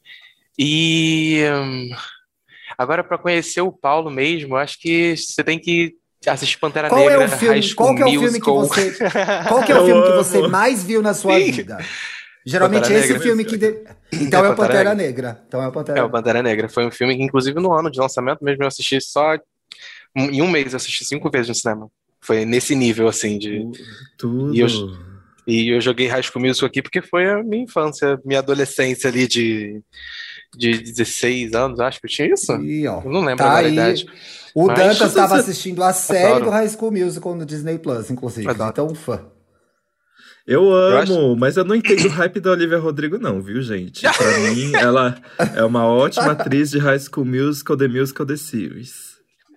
E hum, agora, para conhecer o Paulo mesmo, eu acho que você tem que assistir Pantera Qual Negra, é o filme? High School Qual que é o filme que Musical. você? Qual que é o Eu filme que amo. você mais viu na sua Ih. vida? Geralmente Pantera esse Negra. filme que de... Então É é o Pantera Pantera Negra. Então é o Pantera É, o Pantera Negra. Foi um filme que, inclusive, no ano de lançamento mesmo, eu assisti só. Em um mês, eu assisti cinco vezes no cinema. Foi nesse nível, assim, de. Tudo. E eu- E eu joguei High School Musical aqui porque foi a minha infância, minha adolescência ali de, de dezesseis anos, acho que eu tinha isso. E, ó, Eu não lembro tá agora a aí. idade. O Mas- Dantas estava Você- assistindo a série Adoro. do High School Musical no Disney Plus, inclusive. Adoro. Então, fã. Eu amo, acho- mas eu não entendo o hype da Olivia Rodrigo, não, viu, gente? Pra mim, ela é uma ótima atriz de High School Musical, The Musical, The Series.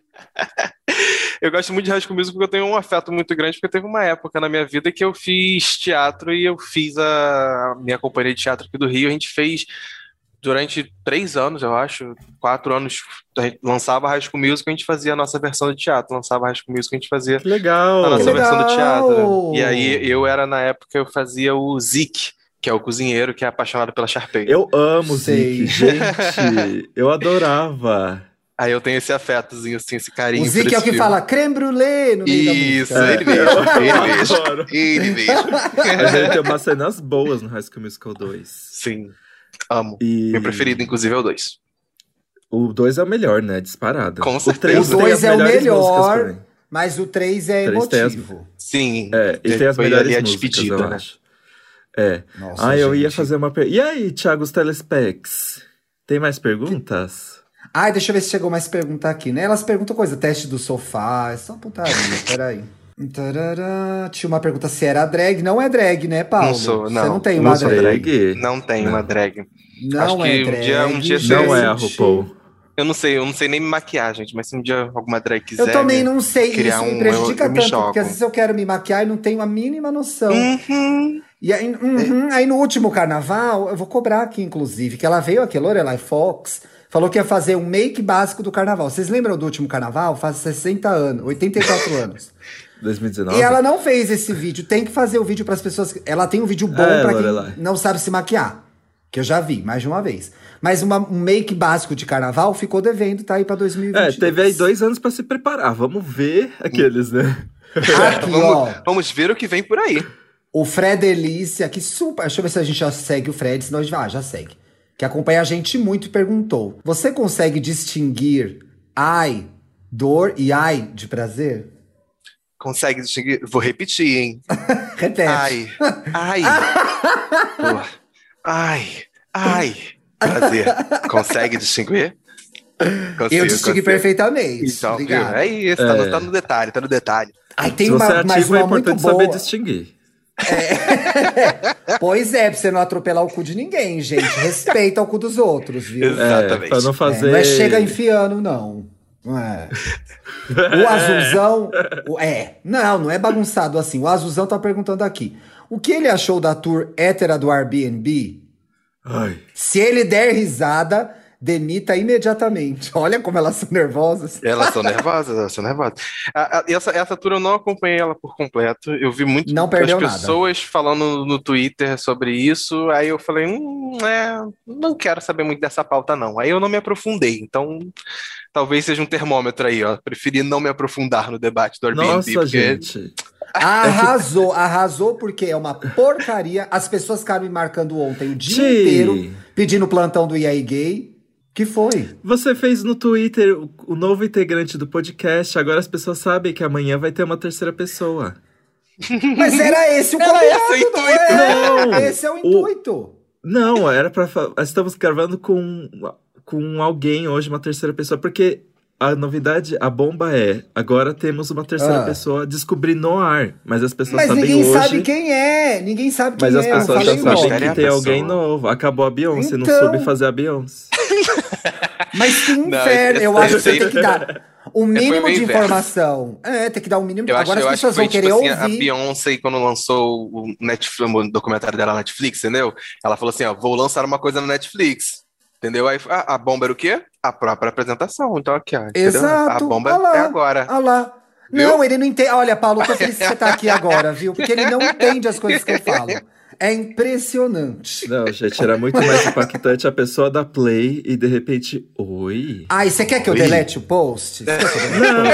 Eu gosto muito de High School Musical porque eu tenho um afeto muito grande, porque teve uma época na minha vida que eu fiz teatro e eu fiz a minha companhia de teatro aqui do Rio. A gente fez durante três anos, eu acho, quatro anos, a gente lançava High School Musical, a gente fazia a nossa versão de teatro. Lançava High School Musical, a gente fazia Que legal! a nossa Que versão do legal! teatro. E aí eu era, na época, eu fazia o Zeke, que é o cozinheiro que é apaixonado pela Sharpay. Eu amo Sei. Zeke, gente. Eu adorava. Aí eu tenho esse afetozinho, assim, esse carinho O por Zeke é esse o que filme. fala creme brulee no meio Isso, da música. ele mesmo, ele mesmo. Adoro. Ele mesmo. Mas ele tem umas cenas boas no High School Musical dois. Sim, amo. E Meu preferido, inclusive, é o dois. o dois é o melhor, né? Disparado. Com O certeza. três O tem dois as é o melhores melhor. músicas pra mim. Mas o três é Três tem as- emotivo. Sim, É, e tem as foi melhores ali a músicas, despedida, eu né? acho. É. Nossa, Ah, eu ia gente. fazer uma pergunta. E aí, Thiago, os telespecs? Tem mais perguntas? Ai, deixa eu ver se chegou mais pergunta aqui, né? Elas perguntam coisa, teste do sofá, é só putaria, peraí. Tarará, tinha uma pergunta se era drag. Não é drag, né, Paulo? Não sou, Você não. não tem Não uma sou drag. drag? Não tem Não. uma drag. Não Acho é que um drag. dia- um dia Não é a gente. RuPaul. Eu não sei, eu não sei nem me maquiar, gente, mas se um dia alguma drag quiser. Eu também não sei, criar isso me um- prejudica eu- eu me tanto, choco. porque às vezes eu quero me maquiar e não tenho a mínima noção. Uhum. E aí, uhum, aí no último carnaval, eu vou cobrar aqui, inclusive, que ela veio aqui, Lorelai Fox, falou que ia fazer um make básico do carnaval. Vocês lembram do último carnaval? Faz sessenta anos, oitenta e quatro anos. dois mil e dezenove? E ela não fez esse vídeo. Tem que fazer o vídeo para as pessoas. Ela tem um vídeo bom É, pra Lorelai. quem não sabe se maquiar. Que eu já vi, mais de uma vez. Mas uma- um make básico de carnaval ficou devendo, tá aí pra dois mil e vinte e dois. É, teve aí dois anos pra se preparar. Vamos ver aqueles, né? Aqui, ó. Vamos, vamos ver o que vem por aí. O Fred Delícia, que super. Deixa eu ver se a gente já segue o Fred, senão a gente vai. Ah, já segue. Que acompanha a gente muito e perguntou: você consegue distinguir ai, dor e ai de prazer? Consegue distinguir? Vou repetir, hein? Repete. Ai, ai, dor, ai, ai, prazer. Consegue distinguir? Consigo, Eu distingui consigo. perfeitamente. Então, viu? Obrigado. É isso, tá, no, É. tá no detalhe, tá no detalhe. Ai, tem Se você uma, é mais ativo, é uma muito importante saber boa. distinguir. Pois é, pra você não atropelar o cu de ninguém, gente. Respeita o cu dos outros, viu? Exatamente. É, pra não É, fazer... não é chega enfiando, não. Não é. O azulzão. o- é. Não, não é bagunçado assim. O azulzão tá perguntando aqui: o que ele achou da tour hétera do Airbnb? Ai. Se ele der risada, demita imediatamente. Olha como elas são nervosas. Elas são nervosas, elas são nervosas. A- a- essa, essa tour eu não acompanhei ela por completo. Eu vi muito Não perdeu as nada. pessoas falando no Twitter sobre isso. Aí eu falei, hum, é, não quero saber muito dessa pauta, não. Aí eu não me aprofundei. Então, talvez seja um termômetro aí, ó. Preferi não me aprofundar no debate do Airbnb. Nossa, porque gente. Arrasou, arrasou porque é uma porcaria. As pessoas ficaram me marcando ontem o dia Ti. inteiro, pedindo plantão do E aí Gay. Que foi? Você fez no Twitter o, o novo integrante do podcast. Agora as pessoas sabem que amanhã vai ter uma terceira pessoa. Mas era esse o Era combinado, esse o não intuito. é? Não. Esse é o O- intuito. Não, era pra. fa- Estamos gravando com, com alguém hoje, uma terceira pessoa, porque a novidade, a bomba é: agora temos uma terceira Ah. pessoa a descobrir no ar. Mas as pessoas Mas sabem ninguém hoje. sabe quem é. Ninguém sabe quem Mas as é. Eu pessoas falei já o não. sabem nome. Mistério é que a tem pessoa. alguém novo. Acabou a Beyoncé, não Então. soube fazer a Beyoncé. Mas que Não, inferno. esse- Eu acho que esse você tem que dar o mínimo foi o de inverso. informação. É, tem que dar o mínimo. Eu acho, Agora eu as acho que pessoas foi vão tipo querer assim, a ouvir. Beyoncé, quando lançou o, Netflix, o documentário dela na Netflix, entendeu? Ela falou assim, ó, vou lançar uma coisa na Netflix, entendeu? Aí a, a bomba era o quê? A própria apresentação. Então aqui, ó, entendeu? Exato. A bomba Ah lá, é agora. Ah lá. Viu? Não, ele não entende. Olha, Paulo, tô feliz que você tá aqui agora, viu? Porque ele não entende as coisas que eu falo. É impressionante. Não, gente, era muito mais impactante a pessoa dar play e de repente, oi. Ai, você quer que eu Oi. delete o post? Você quer que eu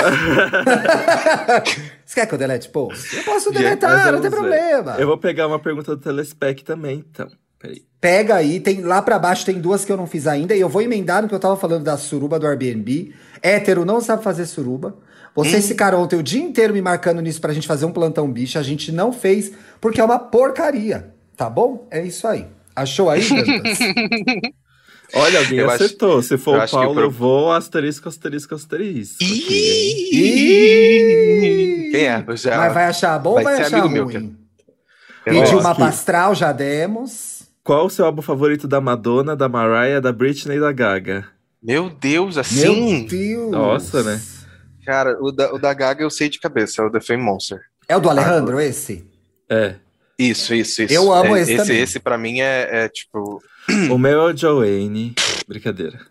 delete? Você quer que eu delete o post? Eu posso Mas deletar, não tem vamos ver. problema. Eu vou pegar uma pergunta do Telespec também, então. Peraí. Pega aí, tem lá pra baixo tem duas que eu não fiz ainda e eu vou emendar no que eu tava falando da suruba do Airbnb. Hétero não sabe fazer suruba. Vocês ficaram ontem o dia inteiro me marcando nisso pra gente fazer um plantão bicha. A gente não fez porque é uma porcaria, tá bom? É isso aí. Achou aí, Dantas? Olha, alguém Eu acho- acertou. Se for eu o acho que Paulo, o pro- eu vou asterisco, asterisco, asterisco. aqui, hein? Ih! Quem é? Eu já- Mas vai achar bom ou vai vai ser achar amigo meu, ruim? Eu Pediu Ó, uma aqui. pastral, já demos. Qual o seu álbum favorito da Madonna, da Mariah, da Britney e da Gaga? Meu Deus, assim? Meu Deus. Nossa, né? Cara, o da, o da Gaga eu sei de cabeça, é o The Fame Monster. É o do Alejandro, esse? É. Isso, isso, isso. Eu amo É, esse esse também. Esse pra mim é, é, tipo... O meu é o Joanne. Brincadeira.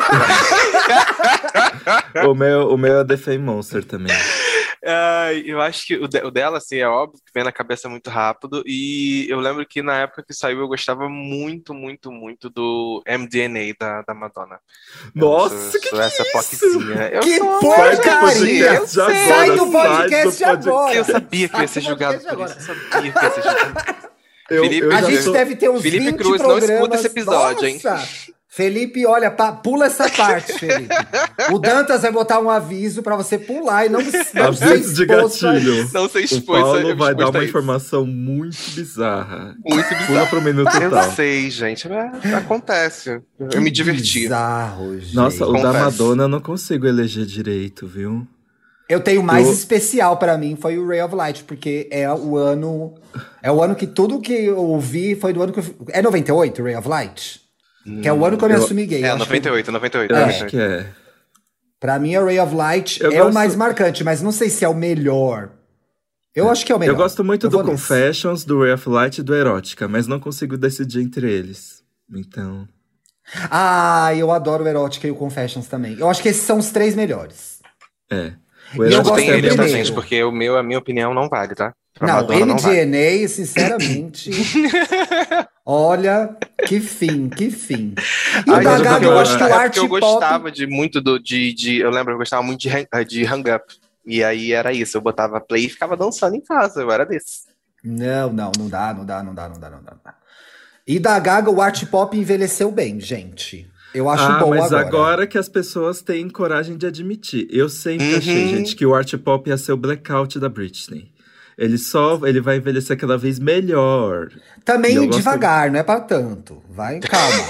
o, meu, o meu é The Fame Monster também. Ai, eu acho que o, de- o dela, assim, é óbvio que vem na cabeça muito rápido. E eu lembro que na época que saiu eu gostava muito, muito, muito do M D N A da, da Madonna. Eu Nossa, sou, que sou que essa isso? poquezinha. Eu Que sou, porcaria! gente, eu Já sei. Sai agora, do sai podcast do pod- agora! Eu sabia que eu ia ser Sai do julgado podcast por isso. Eu agora. sabia que ia ser julgado. Eu, Felipe, eu A já gente tô- deve ter uns Felipe vinte Cruz, não programas. escuta esse episódio, hein? Nossa! Felipe, olha, pa- pula essa parte, Felipe. O Dantas vai botar um aviso pra você pular e não, não ser Aviso de exposto a gatilho. isso. Não sei O expor Paulo isso, vai dar exposto a uma isso. informação muito bizarra. Muito Pula bizarro. pro minuto Eu tal. sei, gente. mas acontece. Eu me diverti. Bizarro, gente. Nossa, o da confesso. Madonna eu não consigo eleger direito, viu? Eu tenho mais Eu- especial pra mim, foi o Ray of Light, porque é o ano. É o ano que tudo que eu ouvi foi do ano que eu. É noventa e oito, Ray of Light? Que é o ano que eu me eu- assumi gay. É, eu acho que- noventa e oito, noventa e oito. Eu É. acho que é. Pra mim, a Ray of Light Eu é o gosto- mais marcante, mas não sei se é o melhor. Eu acho que é o melhor. Eu gosto muito Eu do vou nesse. Confessions, do Ray of Light e do Erótica, mas não consigo decidir entre eles. Então. Ah, eu adoro o Erótica e o Confessions também. Eu acho que esses são os três melhores. É. O E eu Eu gosto tenho do eles, tá, primeiro. gente? Porque o meu, a minha opinião não vale, tá? Pra Não, Madonna não vale. M D N A, sinceramente. Olha, que fim, que fim. E Ai, o mas da gente, eu Gaga, porque eu gosto- acho que o é art porque eu pop. gostava de muito do, de, de. Eu lembro, eu gostava muito de, hang- de Hang Up. E aí era isso, eu botava play e ficava dançando em casa, eu era desse. Não, não, não dá, não dá, não dá, não dá, não dá. Não dá. E da Gaga, o art pop envelheceu bem, gente. Eu acho Ah, bom mas agora. agora que as pessoas têm coragem de admitir. Eu sempre achei, Uhum. gente, que o art pop ia ser o blackout da Britney. Ele só, ele vai envelhecer cada vez melhor. E eu Também gosto. devagar, não é pra tanto. Vai, calma.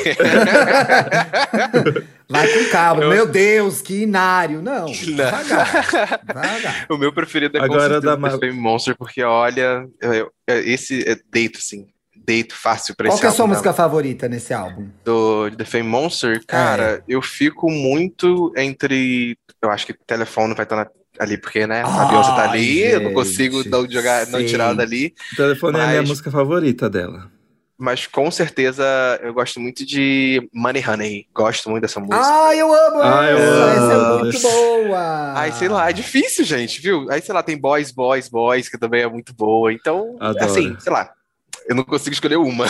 Vai com calma. Eu- Meu Deus, que inário. Não, devagar. Devagar. O meu preferido é com Agora certeza da The Ma- Fame Monster, porque olha, eu- eu- esse é deito, assim, deito fácil pra Qual esse que é a sua álbum música favorita nesse álbum? do The Fame Monster. Cara, eu fico muito entre. Eu acho que telefone vai estar na- ali, porque, né? A Beyoncé tá Ai, ali, eu não consigo gente, não jogar, não tirar ela sim. dali. O telefone é a minha Mas, música favorita dela. mas com certeza eu gosto muito de Money Honey. Gosto muito dessa música. Ah, eu amo Ah, eu essa! Essa é amo. muito boa! Ai, sei lá, é difícil, gente, viu? Aí, sei lá, tem Boys, Boys, Boys, que também é muito boa. Então, assim, Adoro. sei lá, eu não consigo escolher uma.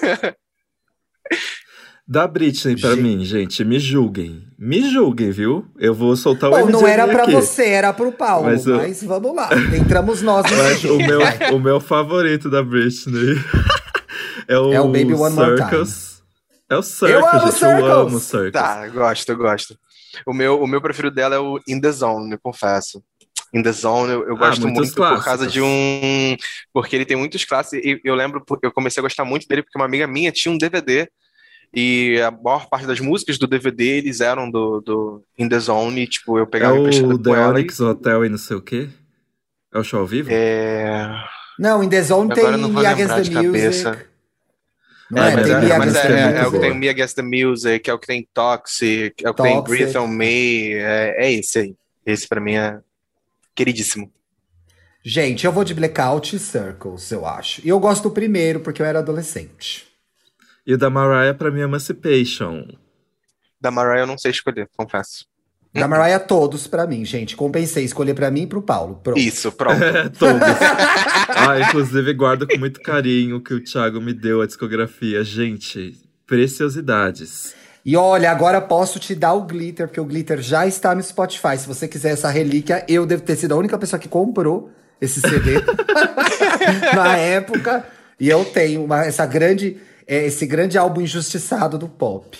Da Britney pra Ge- mim, gente, me julguem. Me julguem, viu? Eu vou soltar o Bom, não M D M era pra aqui. você, era pro Paulo, Mas mas, eu- vamos lá. Entramos nós no Mas o meu, vai. o meu favorito da Britney é o, É o Baby One More Circus. É o Circus, Eu amo gente. Eu amo o Circus! Circus. Tá, eu gosto, eu gosto. O meu, o meu preferido dela é o In The Zone, eu confesso. In The Zone eu, eu Ah, gosto muitos muito por causa clássicos. de um... Porque ele tem muitos clássicos, e eu lembro, porque eu comecei a gostar muito dele porque uma amiga minha tinha um D V D e a maior parte das músicas do D V D eles eram do, do In The Zone e, tipo, eu É pegava o emprestado The com ela e... Onyx Hotel e não sei o quê? É o show ao vivo? É... Não, em The Zone Agora eu tem não vou Me Against lembrar the de cabeça. Music. Não É, é? mas Tem a- Me a Mas Against música the é, é, muito é o que tem boa. Me Against the Music, é o que tem Toxic, é o que tem Toxic. Breathe on Me, é, é esse aí. Esse pra mim é queridíssimo. Gente, eu vou de Blackout e Circles, eu acho. E eu gosto do primeiro, porque eu era adolescente. E o da Mariah pra mim é Emancipation. Da Mariah eu não sei escolher, confesso. Da Mariah, todos pra mim, gente. Compensei, escolher pra mim e pro Paulo. Pronto. Isso, pronto. É, todos. Ah, inclusive guardo com muito carinho que o Thiago me deu a discografia. Gente, preciosidades. E olha, agora posso te dar o Glitter, porque o Glitter já está no Spotify. Se você quiser essa relíquia, eu devo ter sido a única pessoa que comprou esse C D na época. E eu tenho uma- essa grande, é, esse grande álbum injustiçado do pop.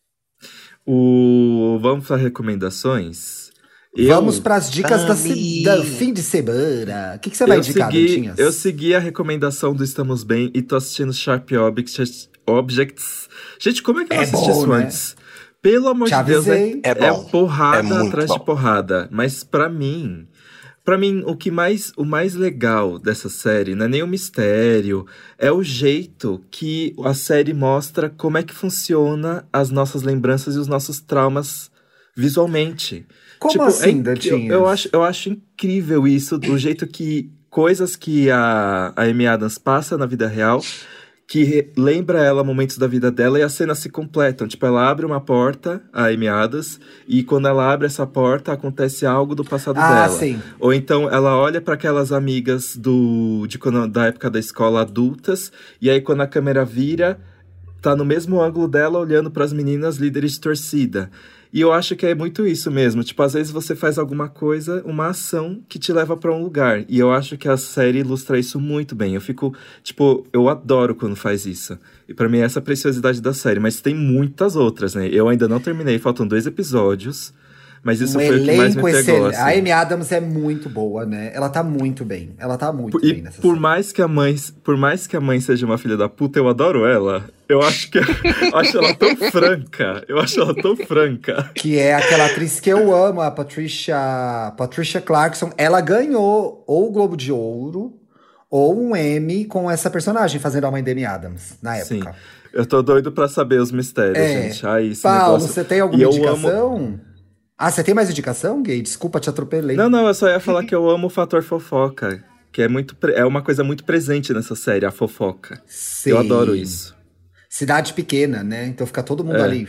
O... Vamos para recomendações? Eu- Vamos para as dicas da, se- Vamos. da fim de semana. O que, que você vai eu indicar, segui, Dantinhas? eu segui a recomendação do Estamos Bem e tô assistindo Sharp Objects. Objects. Gente, como é que eu É assisti bom, isso né? antes? Pelo amor Te de Deus, é, avisei. É é bom. porrada É muito atrás de bom. porrada. Mas pra mim, pra mim, o que mais, o mais legal dessa série não é nem o mistério, é o jeito que a série mostra como é que funciona as nossas lembranças e os nossos traumas visualmente. Como Tipo, assim, é inc- Dantinhas? eu, eu, acho, eu acho incrível isso, do jeito que coisas que a, a Amy Adams passa na vida real, que re- lembra ela momentos da vida dela e as cenas se completam. Tipo, ela abre uma porta, a Amy Adams, e quando ela abre essa porta, acontece algo do passado Ah, dela. sim. Ou então ela olha para aquelas amigas do, de quando, da época da escola adultas, e aí quando a câmera vira, tá no mesmo ângulo dela olhando para as meninas líderes de torcida. E eu acho que é muito isso mesmo. Tipo, às vezes você faz alguma coisa, uma ação que te leva pra um lugar. E eu acho que a série ilustra isso muito bem. Eu fico, tipo, eu adoro quando faz isso. E pra mim é essa a preciosidade da série. Mas tem muitas outras, né? Eu ainda não terminei, faltam dois episódios. Mas isso Um foi o que mais me elenco pegou, excelente. assim. A Amy Adams é muito boa, né? Ela tá muito bem. Ela tá muito Por- E bem nessa por série. mais que a mãe, por mais que a mãe seja uma filha da puta, eu adoro ela. Eu acho que eu acho ela tão franca. Eu acho ela tão franca. Que é aquela atriz que eu amo, a Patricia, Patricia Clarkson. Ela ganhou ou o Globo de Ouro ou um Emmy com essa personagem, fazendo a mãe da Amy Adams, na Sim. época. Eu tô doido pra saber os mistérios, É. gente. Ai, esse Paulo, negócio... você tem alguma E eu indicação? Ah, você tem mais indicação, Gay? Desculpa, te atropelei. Não, não, eu só ia falar que eu amo o fator fofoca. Que é, muito pre- é uma coisa muito presente nessa série, a fofoca. Sim. Eu adoro isso. Cidade pequena, né? Então fica todo mundo É. ali.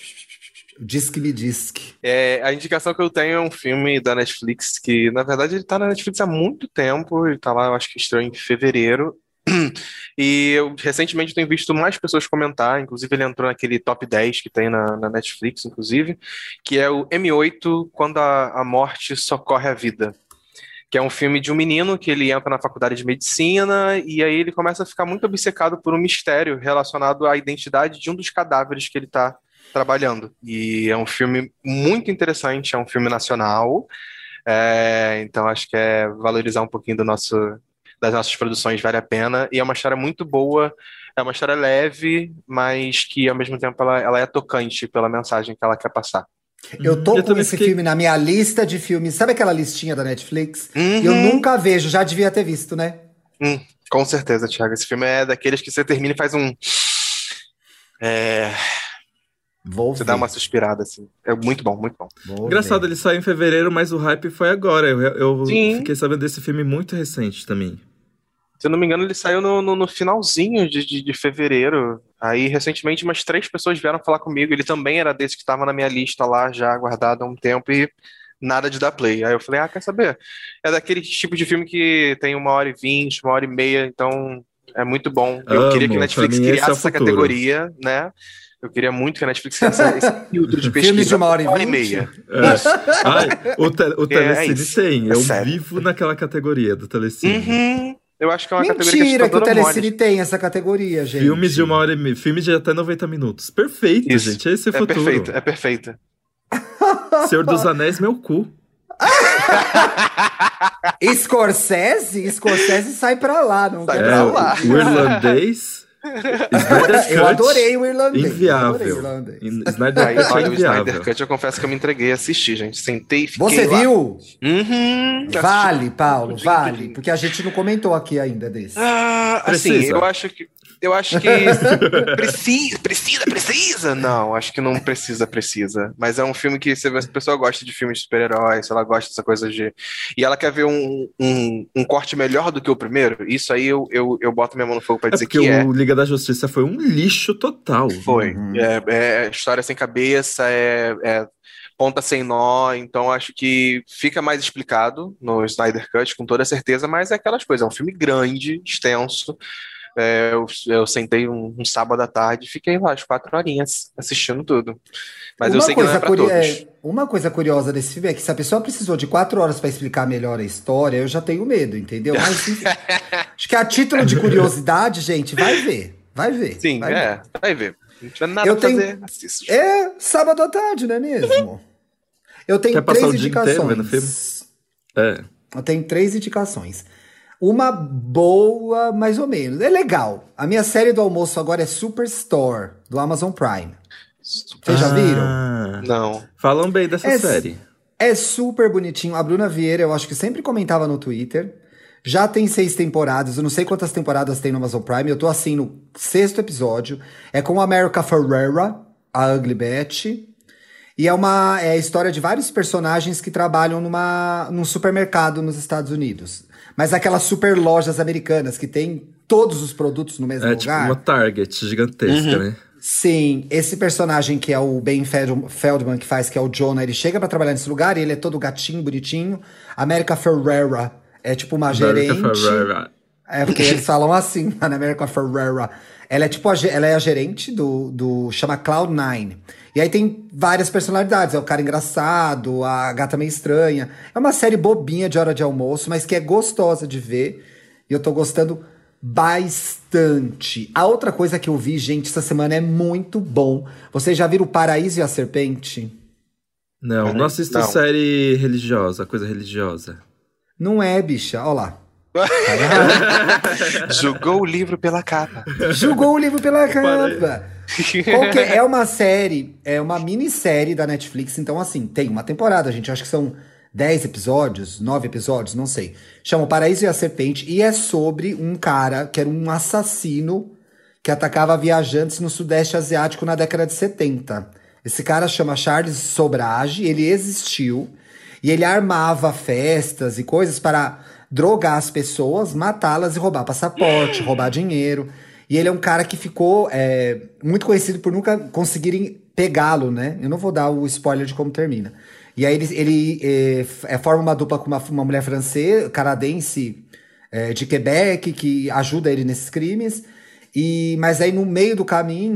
Diz que me diz que. É, a indicação que eu tenho é um filme da Netflix que, na verdade, ele tá na Netflix há muito tempo. Ele tá lá, eu acho que estreou em fevereiro. E eu recentemente tenho visto mais pessoas comentar, inclusive ele entrou naquele top dez que tem na, na Netflix, inclusive, que é o M oito, Quando a, a Morte Socorre a Vida. Que que é um filme de um menino que ele entra na faculdade de medicina e aí ele começa a ficar muito obcecado por um mistério relacionado à identidade de um dos cadáveres que ele está trabalhando. E é um filme muito interessante, é um filme nacional, é, então acho que é valorizar um pouquinho do nosso, das nossas produções, vale a pena, e é uma história muito boa, é uma história leve, mas que ao mesmo tempo ela, ela é tocante pela mensagem que ela quer passar. Eu tô Eu com também esse fiquei- filme na minha lista de filmes. Sabe aquela listinha da Netflix? Uhum. Eu nunca vejo, já devia ter visto, né? Hum, com certeza, Thiago, esse filme é daqueles que você termina e faz um... É, Vou você ver. dá uma suspirada, assim. É muito bom, muito bom. Vou Engraçado, ver. ele saiu em fevereiro, mas o hype foi agora. Eu, eu Sim. fiquei sabendo desse filme muito recente também. Se eu não me engano, ele saiu no, no, no finalzinho de, de, de fevereiro. Aí, recentemente, umas três pessoas vieram falar comigo. Ele também era desse que estava na minha lista lá, já guardado há um tempo, e nada de dar play. Aí eu falei, ah, quer saber? É daquele tipo de filme que tem uma hora e vinte, uma hora e meia, então é muito bom. Eu Amo, queria que a Netflix pra mim esse criasse é o essa futuro. categoria, né? Eu queria muito que a Netflix criasse esse filtro de pesquisa. Filmes de uma hora e uma hora e vinte? meia. É. Ai, o, te, o É, Telecine é isso. tem. É Eu sério. vivo naquela categoria do Telecine. Uhum. Eu acho que é uma categoria que Mentira a que o gente tá dando Telecine mole. tem essa categoria, gente. Filmes de uma hora e meia. Filmes de até noventa minutos. Perfeito, Isso. gente. Esse é o É futuro. perfeito, é perfeito. Senhor dos Anéis, meu cu. Scorsese? Scorsese sai pra lá, não Sai quer pra É, saber. lá. o irlandês. Snyder Eu Cut, adorei o irlandês. Eu adorei o Inviável. irlandês. Snyder Aí, Cut é olha, o Snyder inviável. Cut, eu confesso que eu me entreguei a assistir, gente. Sentei e fiquei Você lá. viu? Uhum. assisti Vale, Paulo, tudo, vale. tudo. Porque a gente não comentou aqui ainda desse. Ah, assim, Precisa. eu acho que... Eu acho que precisa, precisa, precisa. Não, acho que não precisa, precisa. Mas é um filme que se a pessoa gosta de filmes de super-heróis, se ela gosta dessa coisa de... E ela quer ver um, um, um corte melhor do que o primeiro, isso aí eu, eu, eu boto minha mão no fogo pra É dizer porque que é. o Liga da Justiça foi um lixo total. Foi. Uhum. É, é história sem cabeça, é, é ponta sem nó, então acho que fica mais explicado no Snyder Cut, com toda certeza, mas é aquelas coisas, é um filme grande, extenso. É, eu, eu sentei um, um sábado à tarde e fiquei lá as quatro horinhas assistindo tudo. Mas eu sei que não é pra curi- todos. é, uma coisa curiosa desse filme é que se a pessoa precisou de quatro horas pra explicar melhor a história, eu já tenho medo, entendeu? Mas enfim, acho que a título de curiosidade, gente, vai ver. Vai ver. Sim, vai é, ver. vai ver. Não tiver nada Eu pra tenho- fazer, assiste. É sábado à tarde, não é mesmo? Eu tenho Quer passar três o dia inteiro indicações. vendo filme? É. Eu tenho três indicações. Uma boa, mais ou menos. É legal. A minha série do almoço agora é Superstore, do Amazon Prime. Vocês já viram? Ah, Não. falam bem dessa É, série. É super bonitinho. A Bruna Vieira, eu acho que sempre comentava no Twitter. Já tem seis temporadas. Eu não sei quantas temporadas tem no Amazon Prime. Eu tô assim no sexto episódio. É com a America Ferrera, a Ugly Betty. E é uma é a história de vários personagens que trabalham numa, num supermercado nos Estados Unidos. Mas aquelas super lojas americanas que tem todos os produtos no mesmo É tipo lugar. uma Target gigantesca, né? Sim, esse personagem que é o Ben Feld- Feldman que faz, que é o Jonah, ele chega pra trabalhar nesse lugar e ele é todo gatinho, bonitinho. America Ferrera é tipo uma America gerente. Ferrera. É, porque eles falam assim, na America Ferrera. Ela é tipo a, ge- ela é a gerente do, do chama Cloud Nine. E aí tem várias personalidades. É o cara engraçado, a gata meio estranha. É uma série bobinha de hora de almoço, mas que é gostosa de ver. E eu tô gostando bastante. A outra coisa que eu vi, gente, essa semana é muito bom. Vocês já viram O Paraíso e a Serpente? Não, não assisto Não. série religiosa, coisa religiosa. Não é, bicha. Olha lá. Tá errado. Julgou o livro pela capa. Julgou o livro pela capa. Qual que é? É uma série, é uma minissérie da Netflix, então assim, tem uma temporada, gente, acho que são dez episódios, nove episódios, não sei. Chama O Paraíso e a Serpente, e é sobre um cara que era um assassino que atacava viajantes no Sudeste Asiático na década de setenta. Esse cara chama Charles Sobrage, ele existiu, e ele armava festas e coisas para drogar as pessoas, matá-las e roubar passaporte, roubar dinheiro. E ele é um cara que ficou é, muito conhecido por nunca conseguirem pegá-lo, né? Eu não vou dar o spoiler de como termina. E aí ele, ele é, é, forma uma dupla com uma, uma mulher francesa, canadense, é, de Quebec, que ajuda ele nesses crimes. E, mas aí no meio do caminho,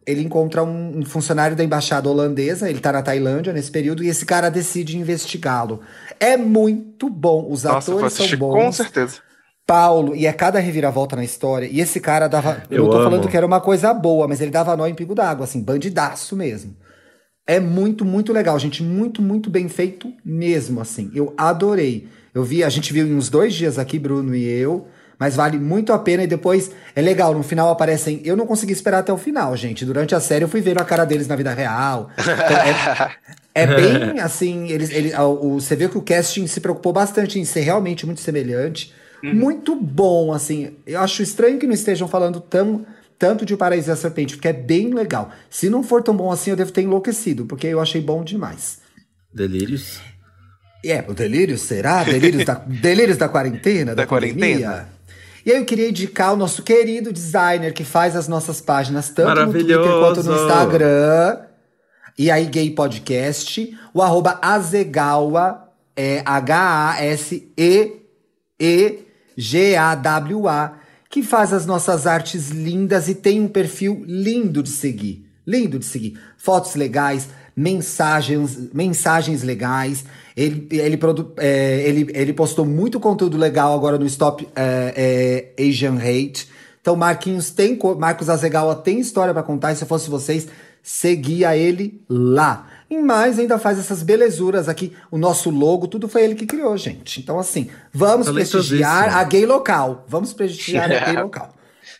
ele encontra um, um funcionário da embaixada holandesa, ele tá na Tailândia nesse período, e esse cara decide investigá-lo. É muito bom, os Nossa, atores vou assistir são bons. com certeza. Paulo, e é cada reviravolta na história. E esse cara dava. Eu, Eu não tô amo. falando que era uma coisa boa, mas ele dava nó em pingo d'água, assim, bandidaço mesmo. É muito, muito legal, gente. Muito, muito bem feito mesmo, assim. Eu adorei. Eu vi, a gente viu em uns dois dias aqui, Bruno e eu. Mas vale muito a pena e depois é legal. No final aparecem. Eu não consegui esperar até o final, gente. Durante a série eu fui vendo a cara deles na vida real. Então, é, é bem assim. Eles, ele, o, você vê que o casting se preocupou bastante em ser realmente muito semelhante. Uhum. Muito bom, assim. Eu acho estranho que não estejam falando tão, tanto de O Paraíso e a Serpente, porque é bem legal. Se não for tão bom assim, eu devo ter enlouquecido, porque eu achei bom demais. Delírios? É, o Delírios, será? Delírios da, delírios da quarentena? Da, da quarentena? Pandemia? E aí eu queria indicar o nosso querido designer que faz as nossas páginas, tanto no Twitter quanto no Instagram. E aí, Gay Podcast. O arroba Azegawa, é H A S E E G A W A, que faz as nossas artes lindas e tem um perfil lindo de seguir. Lindo de seguir. Fotos legais, mensagens, mensagens legais. Ele, ele, produ, é, ele, ele postou muito conteúdo legal agora no Stop é, é, Asian Hate. Então, Marquinhos tem, Marcos Azegawa tem história pra contar. E se eu fosse vocês, seguia ele lá. E mais, ainda faz essas belezuras aqui. O nosso logo, tudo foi ele que criou, gente. Então, assim, vamos prestigiar a gay local. Vamos prestigiar a gay local.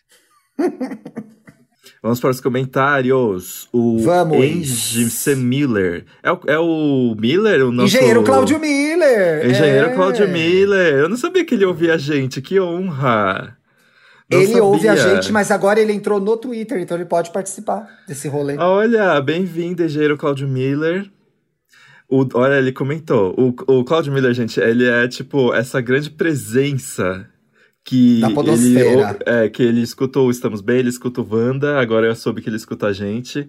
Vamos para os comentários. O Vamos. Angie C. Miller. É o, é o Miller? O nosso... Engenheiro Cláudio Miller. Engenheiro é. Cláudio Miller. Eu não sabia que ele ouvia a gente. Que honra. Não ele sabia. ouve a gente, mas agora ele entrou no Twitter, então ele pode participar desse rolê. Olha, bem-vindo, Engenheiro Cláudio Miller. O, olha, ele comentou. O, o Cláudio Miller, gente, ele é tipo essa grande presença... Que da ele, podosfera. é, que ele escutou o Estamos Bem, ele escuta o Wanda, agora eu soube que ele escuta a gente.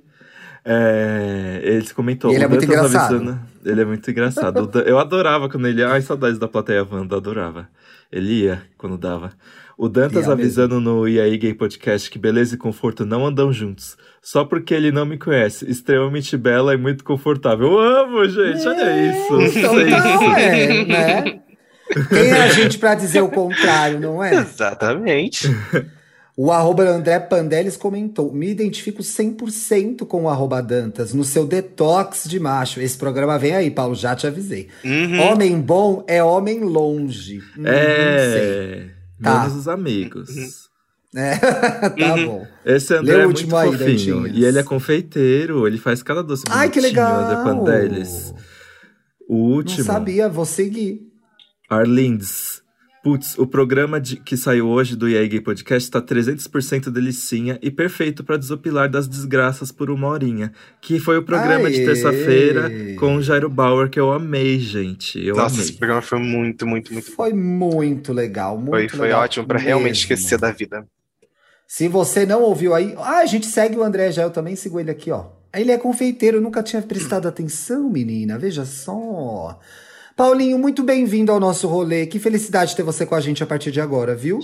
É, ele comentou. E ele é muito engraçado. Avisando, ele é muito engraçado. Eu adorava quando ele... Ai, saudades da plateia Wanda, adorava. Ele ia quando dava. O Dantas avisando mesmo. No E aí Gay Podcast que beleza e conforto não andam juntos. Só porque ele não me conhece. Extremamente bela e muito confortável. Eu amo, gente, é, olha isso. Então não, é, né? Quem é a gente pra dizer o contrário, não é? Exatamente. O arroba André Pandeles comentou: me identifico cem por cento com o arroba Dantas no seu detox de macho. Esse programa vem aí, Paulo, já te avisei. Uhum. Homem bom é homem longe. Hum, é, tá. Menos os amigos. É, tá uhum. bom. Esse André é muito aí, fofinho. Dantinhas. E ele é confeiteiro, ele faz cada doce bonitinho. Ai, que legal! André Pandeles. O último. Não sabia, vou seguir. Arlindes. Putz, o programa de, que saiu hoje do E aí Gay Podcast tá trezentos por cento delicinha e perfeito pra desopilar das desgraças por uma horinha. Que foi o programa Aê. De terça-feira com o Jairo Bauer, que eu amei, gente. Eu Nossa, amei. Esse programa foi muito, muito, muito Foi muito legal, muito foi, legal. Foi ótimo pra mesmo. Realmente esquecer da vida. Se você não ouviu aí... Ah, a gente segue o André já, eu também sigo ele aqui, ó. Ele é confeiteiro, eu nunca tinha prestado atenção, menina. Veja só... Paulinho, muito bem-vindo ao nosso rolê. Que felicidade ter você com a gente a partir de agora, viu?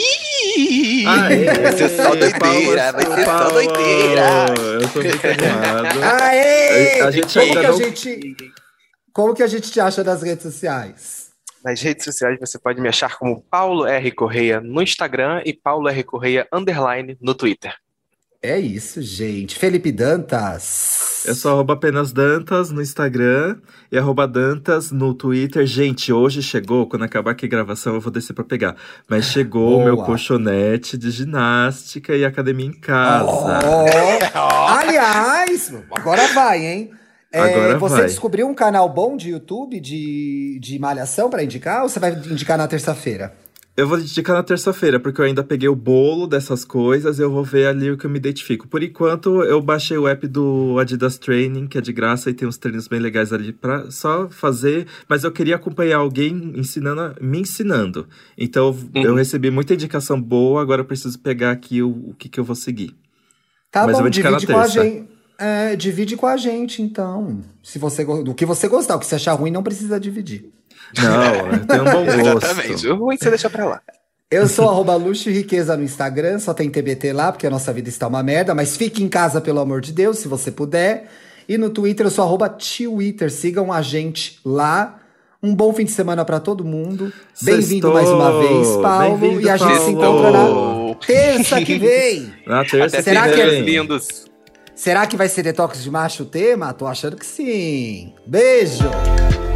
Aê, vai ser só doideira, vai ser só doideira. Eu tô muito animado. Aê! A gente como, que a não... gente, como que a gente te acha nas redes sociais? Nas redes sociais você pode me achar como Paulo R. Correia no Instagram e Paulo R. Correia underline no Twitter. É isso, gente. Felipe Dantas. Eu sou arroba apenas Dantas no Instagram e arroba Dantas no Twitter. Gente, hoje chegou, quando acabar aqui a gravação eu vou descer pra pegar. Mas chegou o meu colchonete de ginástica e academia em casa. Oh, aliás, agora vai, hein? É, agora você vai. Descobriu um canal bom de YouTube de, de malhação pra indicar ou você vai indicar na terça-feira? Eu vou indicar na terça-feira, porque eu ainda peguei o bolo dessas coisas e eu vou ver ali o que eu me identifico. Por enquanto, eu baixei o app do Adidas Training, que é de graça e tem uns treinos bem legais ali pra só fazer. Mas eu queria acompanhar alguém ensinando, me ensinando. Então, uhum. eu recebi muita indicação boa, agora eu preciso pegar aqui o, o que, que eu vou seguir. Tá mas bom, eu vou indicar divide na com a terça. gente. É, divide com a gente, então. Se você, do que você gostar, o que você achar ruim, não precisa dividir. Não, tem um bom gosto. Exatamente, o ruim você deixa pra lá. Eu sou arroba luxo e riqueza no Instagram, só tem T B T lá, porque a nossa vida está uma merda. Mas fique em casa, pelo amor de Deus, se você puder. E no Twitter eu sou arroba Twitter, sigam a gente lá. Um bom fim de semana pra todo mundo. Bem-vindo mais uma vez, Paulo. E a gente Paulo. se encontra na terça que vem. Na terça Será que que é vem. lindos. Será que vai ser detox de macho o tema? Tô achando que sim. Beijo!